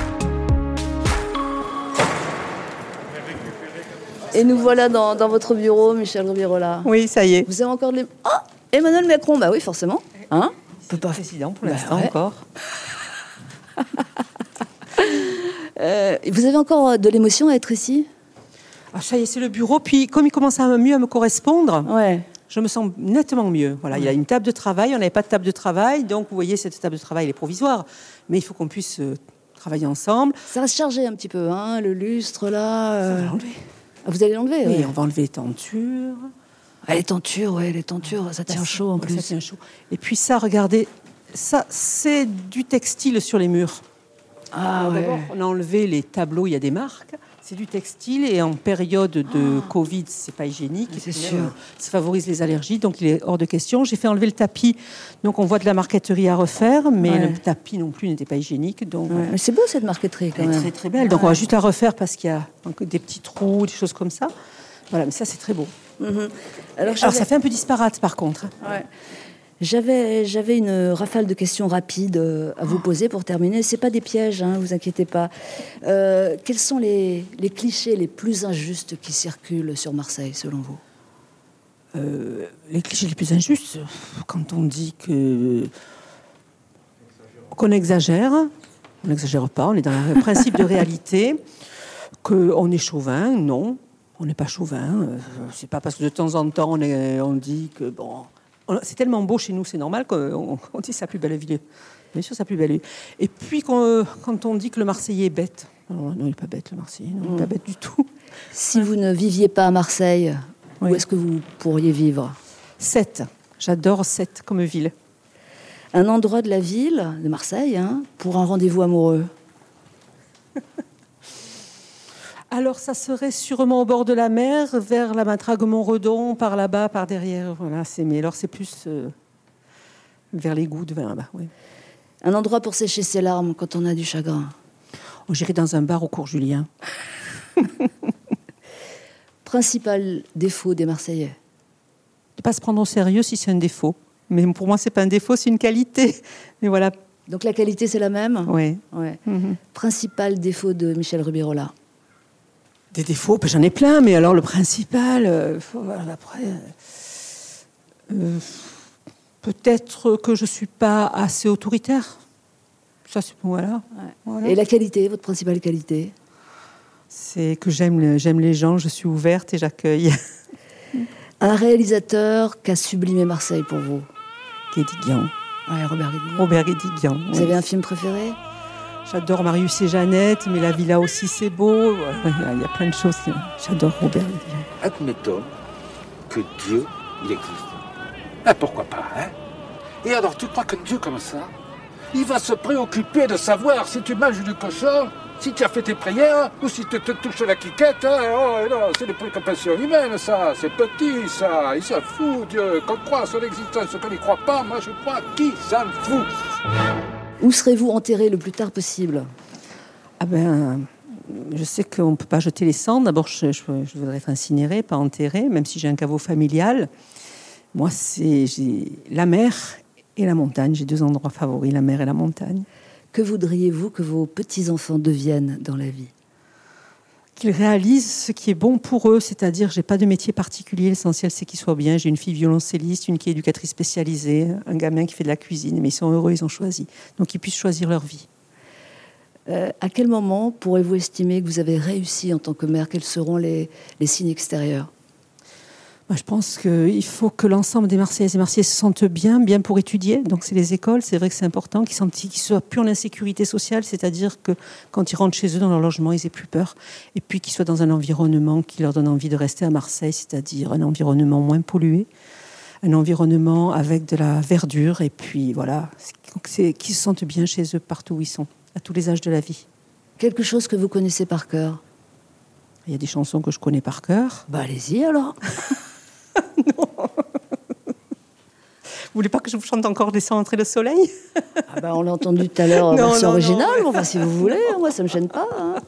Et nous voilà dans, dans votre bureau, Michel Rubirola. Oui, ça y est. Vous avez encore les... Oh, Emmanuel Macron, bah oui, forcément. Hein? On peut pas président pour Bah l'instant ouais. encore. Euh, vous avez encore de l'émotion à être ici? Ah, ça y est, c'est le bureau. Puis, comme il commence à mieux à me correspondre, ouais. je me sens nettement mieux. Voilà, ouais. Il y a une table de travail. On n'avait pas de table de travail. Donc, vous voyez, cette table de travail, elle est provisoire. Mais il faut qu'on puisse euh, travailler ensemble. Ça va se charger un petit peu, hein, le lustre, là. Euh... On va l'enlever. Ah, vous allez l'enlever? Oui, ouais. on va enlever les tentures. Ah, les tentures, ouais, les tentures, ça tient Bah, chaud en ouais, plus. Ça tient chaud. Et puis ça, regardez, ça, c'est du textile sur les murs. Ah, Alors, ouais. d'abord, on a enlevé les tableaux, il y a des marques. C'est du textile et en période de Ah. Covid, c'est pas hygiénique. C'est Et puis, sûr. euh, Ça favorise les allergies, donc il est hors de question. J'ai fait enlever le tapis, donc on voit de la marqueterie à refaire, mais Ouais. le tapis non plus n'était pas hygiénique. Donc Ouais. Mais c'est beau cette marqueterie quand elle est même. très très belle. Donc on va juste la refaire parce qu'il y a donc, des petits trous, des choses comme ça. Voilà, mais ça c'est très beau. Mhm. Alors, Alors j'avais- ça fait un peu disparate par contre. Ouais. J'avais, j'avais une rafale de questions rapides euh, à vous poser pour terminer. C'est pas des pièges, hein, vous inquiétez pas. Euh, quels sont les, les clichés les plus injustes qui circulent sur Marseille, selon vous? Euh, les clichés les plus injustes, quand on dit que qu'on exagère, on n'exagère pas, on est dans le principe de réalité, qu'on est chauvin, non, on n'est pas chauvin. Euh, c'est pas parce que de temps en temps on, est, on dit que bon, on- c'est tellement beau chez nous, c'est normal qu'on on dit sa plus belle ville. Bien sûr, sa plus belle ville. Et puis quand, quand on dit que le Marseillais est bête, non, non il n'est pas bête le Marseillais, non, il n'est pas bête du tout. Si vous ne viviez pas à Marseille, Oui. où est-ce que vous pourriez vivre? Sète, j'adore Sète comme ville. Un endroit de la ville, de Marseille, hein, pour un rendez-vous amoureux. Alors, ça serait sûrement au bord de la mer, vers la Matrague-Montredon, par là-bas, par derrière. Voilà, c'est, mais alors c'est plus euh, vers les Gouttes, vers là-bas. Oui. Un endroit pour sécher ses larmes quand on a du chagrin. Oh, j'irai dans un bar au cours Julien. Principal défaut des Marseillais? De ne pas se prendre au sérieux si c'est un défaut. Mais pour moi, ce n'est pas un défaut, c'est une qualité. Mais voilà. Donc la qualité, c'est la même? Oui. Ouais. Mm-hmm. Principal défaut de Michel Rubirola? Des défauts, ben, j'en ai plein, mais alors le principal, euh, faut, voilà, après, euh, peut-être que je ne suis pas assez autoritaire. Ça, c'est voilà. Ouais. Voilà. Et la qualité, votre principale qualité? C'est que j'aime, j'aime les gens, je suis ouverte et j'accueille. Un réalisateur qui a sublimé Marseille pour vous? Guédiguian. Ouais, Robert Guédiguian. Robert Guédiguian. Vous oui. avez un film préféré? J'adore Marius et Jeannette, mais la villa aussi, c'est beau. Il y a plein de choses. J'adore Robert Guédiguian. Admettons que Dieu, il existe. Ah, pourquoi pas, hein? Et alors, tu crois que Dieu, comme ça, il va se préoccuper de savoir si tu manges du cochon, si tu as fait tes prières, ou si tu te touches la quiquette, hein? Oh, non, c'est des préoccupations humaines, ça. C'est petit, ça. Il s'en fout, Dieu. Qu'on croit à son existence, qu'on n'y croit pas, moi, je crois qu'il s'en fout. Où serez-vous enterré le plus tard possible? Ah ben, je sais qu'on ne peut pas jeter les cendres. D'abord, je, je, je voudrais être incinérée, pas enterrée, même si j'ai un caveau familial. Moi, c'est j'ai la mer et la montagne. J'ai deux endroits favoris, la mer et la montagne. Que voudriez-vous que vos petits-enfants deviennent dans la vie? Qu'ils réalisent ce qui est bon pour eux, c'est-à-dire j'ai pas de métier particulier, l'essentiel c'est qu'ils soient bien. J'ai une fille violoncelliste, une qui est éducatrice spécialisée, un gamin qui fait de la cuisine, mais ils sont heureux, ils ont choisi. Donc ils puissent choisir leur vie. Euh, à quel moment pourrez-vous estimer que vous avez réussi en tant que mère? Quels seront les, les signes extérieurs? Moi, je pense qu'il faut que l'ensemble des Marseillaises et Marseillais se sentent bien, bien pour étudier. Donc c'est les écoles, c'est vrai que c'est important qu'ils ne soient plus en insécurité sociale, c'est-à-dire que quand ils rentrent chez eux dans leur logement, ils n'aient plus peur. Et puis qu'ils soient dans un environnement qui leur donne envie de rester à Marseille, c'est-à-dire un environnement moins pollué, un environnement avec de la verdure. Et puis voilà, donc c'est qu'ils se sentent bien chez eux partout où ils sont, à tous les âges de la vie. Quelque chose que vous connaissez par cœur? Il y a des chansons que je connais par cœur. Bah allez-y alors. Non. Vous voulez pas que je vous chante encore Laissant entrer le soleil? Ah bah on l'a entendu tout à l'heure, non, version non, originale. non. Enfin, si vous voulez, moi ça me gêne pas. Hein.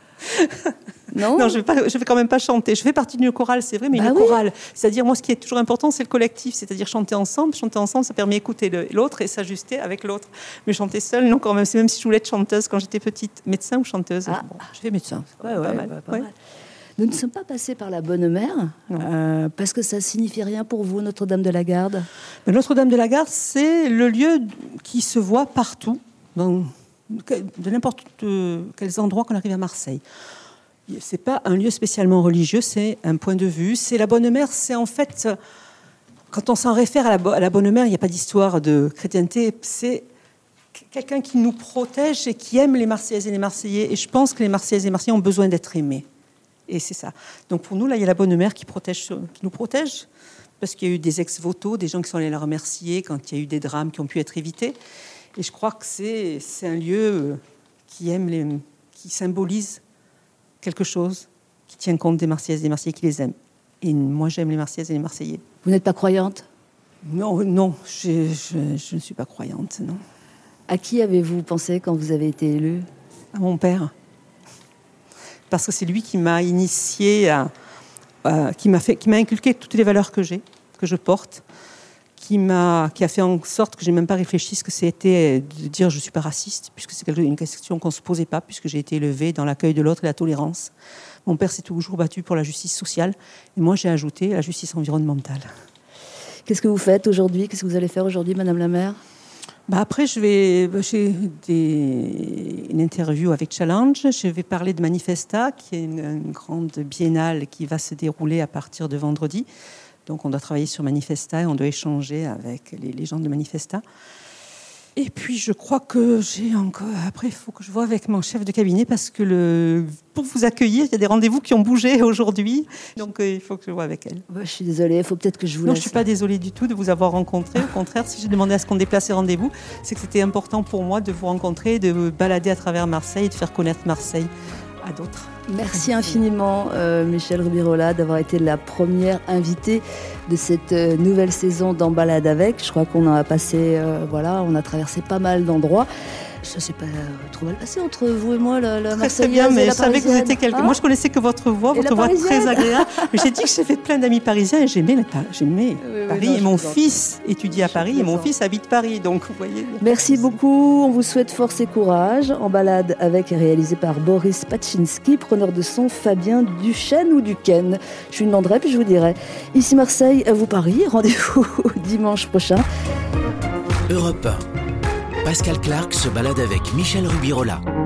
Non, non, je vais pas, je vais quand même pas chanter. Je fais partie d'une chorale, c'est vrai, mais bah une oui. chorale. C'est-à-dire, moi, ce qui est toujours important, c'est le collectif, c'est-à-dire chanter ensemble. Chanter ensemble, ça permet d'écouter l'autre et s'ajuster avec l'autre. Mais chanter seule, non, quand même. C'est même si je voulais être chanteuse quand j'étais petite, médecin ou chanteuse. Ah. Bon, je fais médecin. Ouais, ouais, pas mal. bah, pas Ouais. mal. Nous ne sommes pas passés par la Bonne Mère, euh, parce que ça signifie rien pour vous, Notre-Dame de la Garde. Notre-Dame de la Garde, c'est le lieu qui se voit partout, dans de n'importe quels endroits qu'on arrive à Marseille. C'est pas un lieu spécialement religieux, c'est un point de vue. C'est la Bonne Mère, c'est en fait, quand on s'en réfère à la, à la Bonne Mère, il n'y a pas d'histoire de chrétienté, c'est quelqu'un qui nous protège et qui aime les Marseillaises et les Marseillais. Et je pense que les Marseillaises et les Marseillais ont besoin d'être aimés. Et c'est ça. Donc pour nous, là, il y a la Bonne Mère qui, protège, qui nous protège, parce qu'il y a eu des ex-voto, des gens qui sont allés la remercier quand il y a eu des drames qui ont pu être évités. Et je crois que c'est, c'est un lieu qui aime les, qui symbolise quelque chose, qui tient compte des Marseillaises et des Marseillais qui les aiment. Et moi, j'aime les Marseillaises et les Marseillais. Vous n'êtes pas croyante? Non, non, je, je, je ne suis pas croyante, non. À qui avez-vous pensé quand vous avez été élue? À mon père. Parce que c'est lui qui m'a initiée, à, à, qui m'a fait, qui m'a inculqué toutes les valeurs que j'ai, que je porte, qui m'a, qui a fait en sorte que j'ai même pas réfléchi ce que c'était de dire je suis pas raciste, puisque c'est une question qu'on se posait pas, puisque j'ai été élevée dans l'accueil de l'autre et la tolérance. Mon père s'est toujours battu pour la justice sociale, et moi j'ai ajouté la justice environnementale. Qu'est-ce que vous faites aujourd'hui? Qu'est-ce que vous allez faire aujourd'hui, Madame la maire? Bah après, je vais, j'ai des, une interview avec Challenge. Je vais parler de Manifesta, qui est une, une grande biennale qui va se dérouler à partir de vendredi. Donc, on doit travailler sur Manifesta et on doit échanger avec les, les gens de Manifesta. Et puis, je crois que j'ai encore... Après, il faut que je vois avec mon chef de cabinet parce que le... pour vous accueillir, il y a des rendez-vous qui ont bougé aujourd'hui. Donc, euh, il faut que je vois avec elle. Bah, je suis désolée, il faut peut-être que je vous Non, laisse. je ne suis pas désolée du tout de vous avoir rencontré. Au contraire, si j'ai demandé à ce qu'on déplace les rendez-vous, c'est que c'était important pour moi de vous rencontrer, de me balader à travers Marseille et de faire connaître Marseille à d'autres. Merci infiniment, euh, Michèle Rubirola, d'avoir été la première invitée de cette euh, nouvelle saison d'En balade avec. Je crois qu'on en a passé, euh, voilà, on a traversé pas mal d'endroits. Ça s'est pas euh, trop mal passé entre vous et moi, la, la Très, très bien, mais je savais que vous étiez quelqu'un. Hein, moi, je connaissais que votre voix, et votre voix très agréable. Mais j'ai dit que j'ai fait plein d'amis parisiens et j'aimais, la, j'aimais oui, oui, Paris. Non, et mon fils étudie à Paris et mon fils habite Paris. Donc, vous voyez. Merci beaucoup. On vous souhaite force et courage. En balade avec est réalisé par Boris Paczynski, preneur de son Fabien Duchesne ou Duquesne. Je suis une Landré, puis je vous dirai. Ici Marseille, à vous Paris. Rendez-vous dimanche prochain. Europe un. Pascal Clark se balade avec Michèle Rubirola.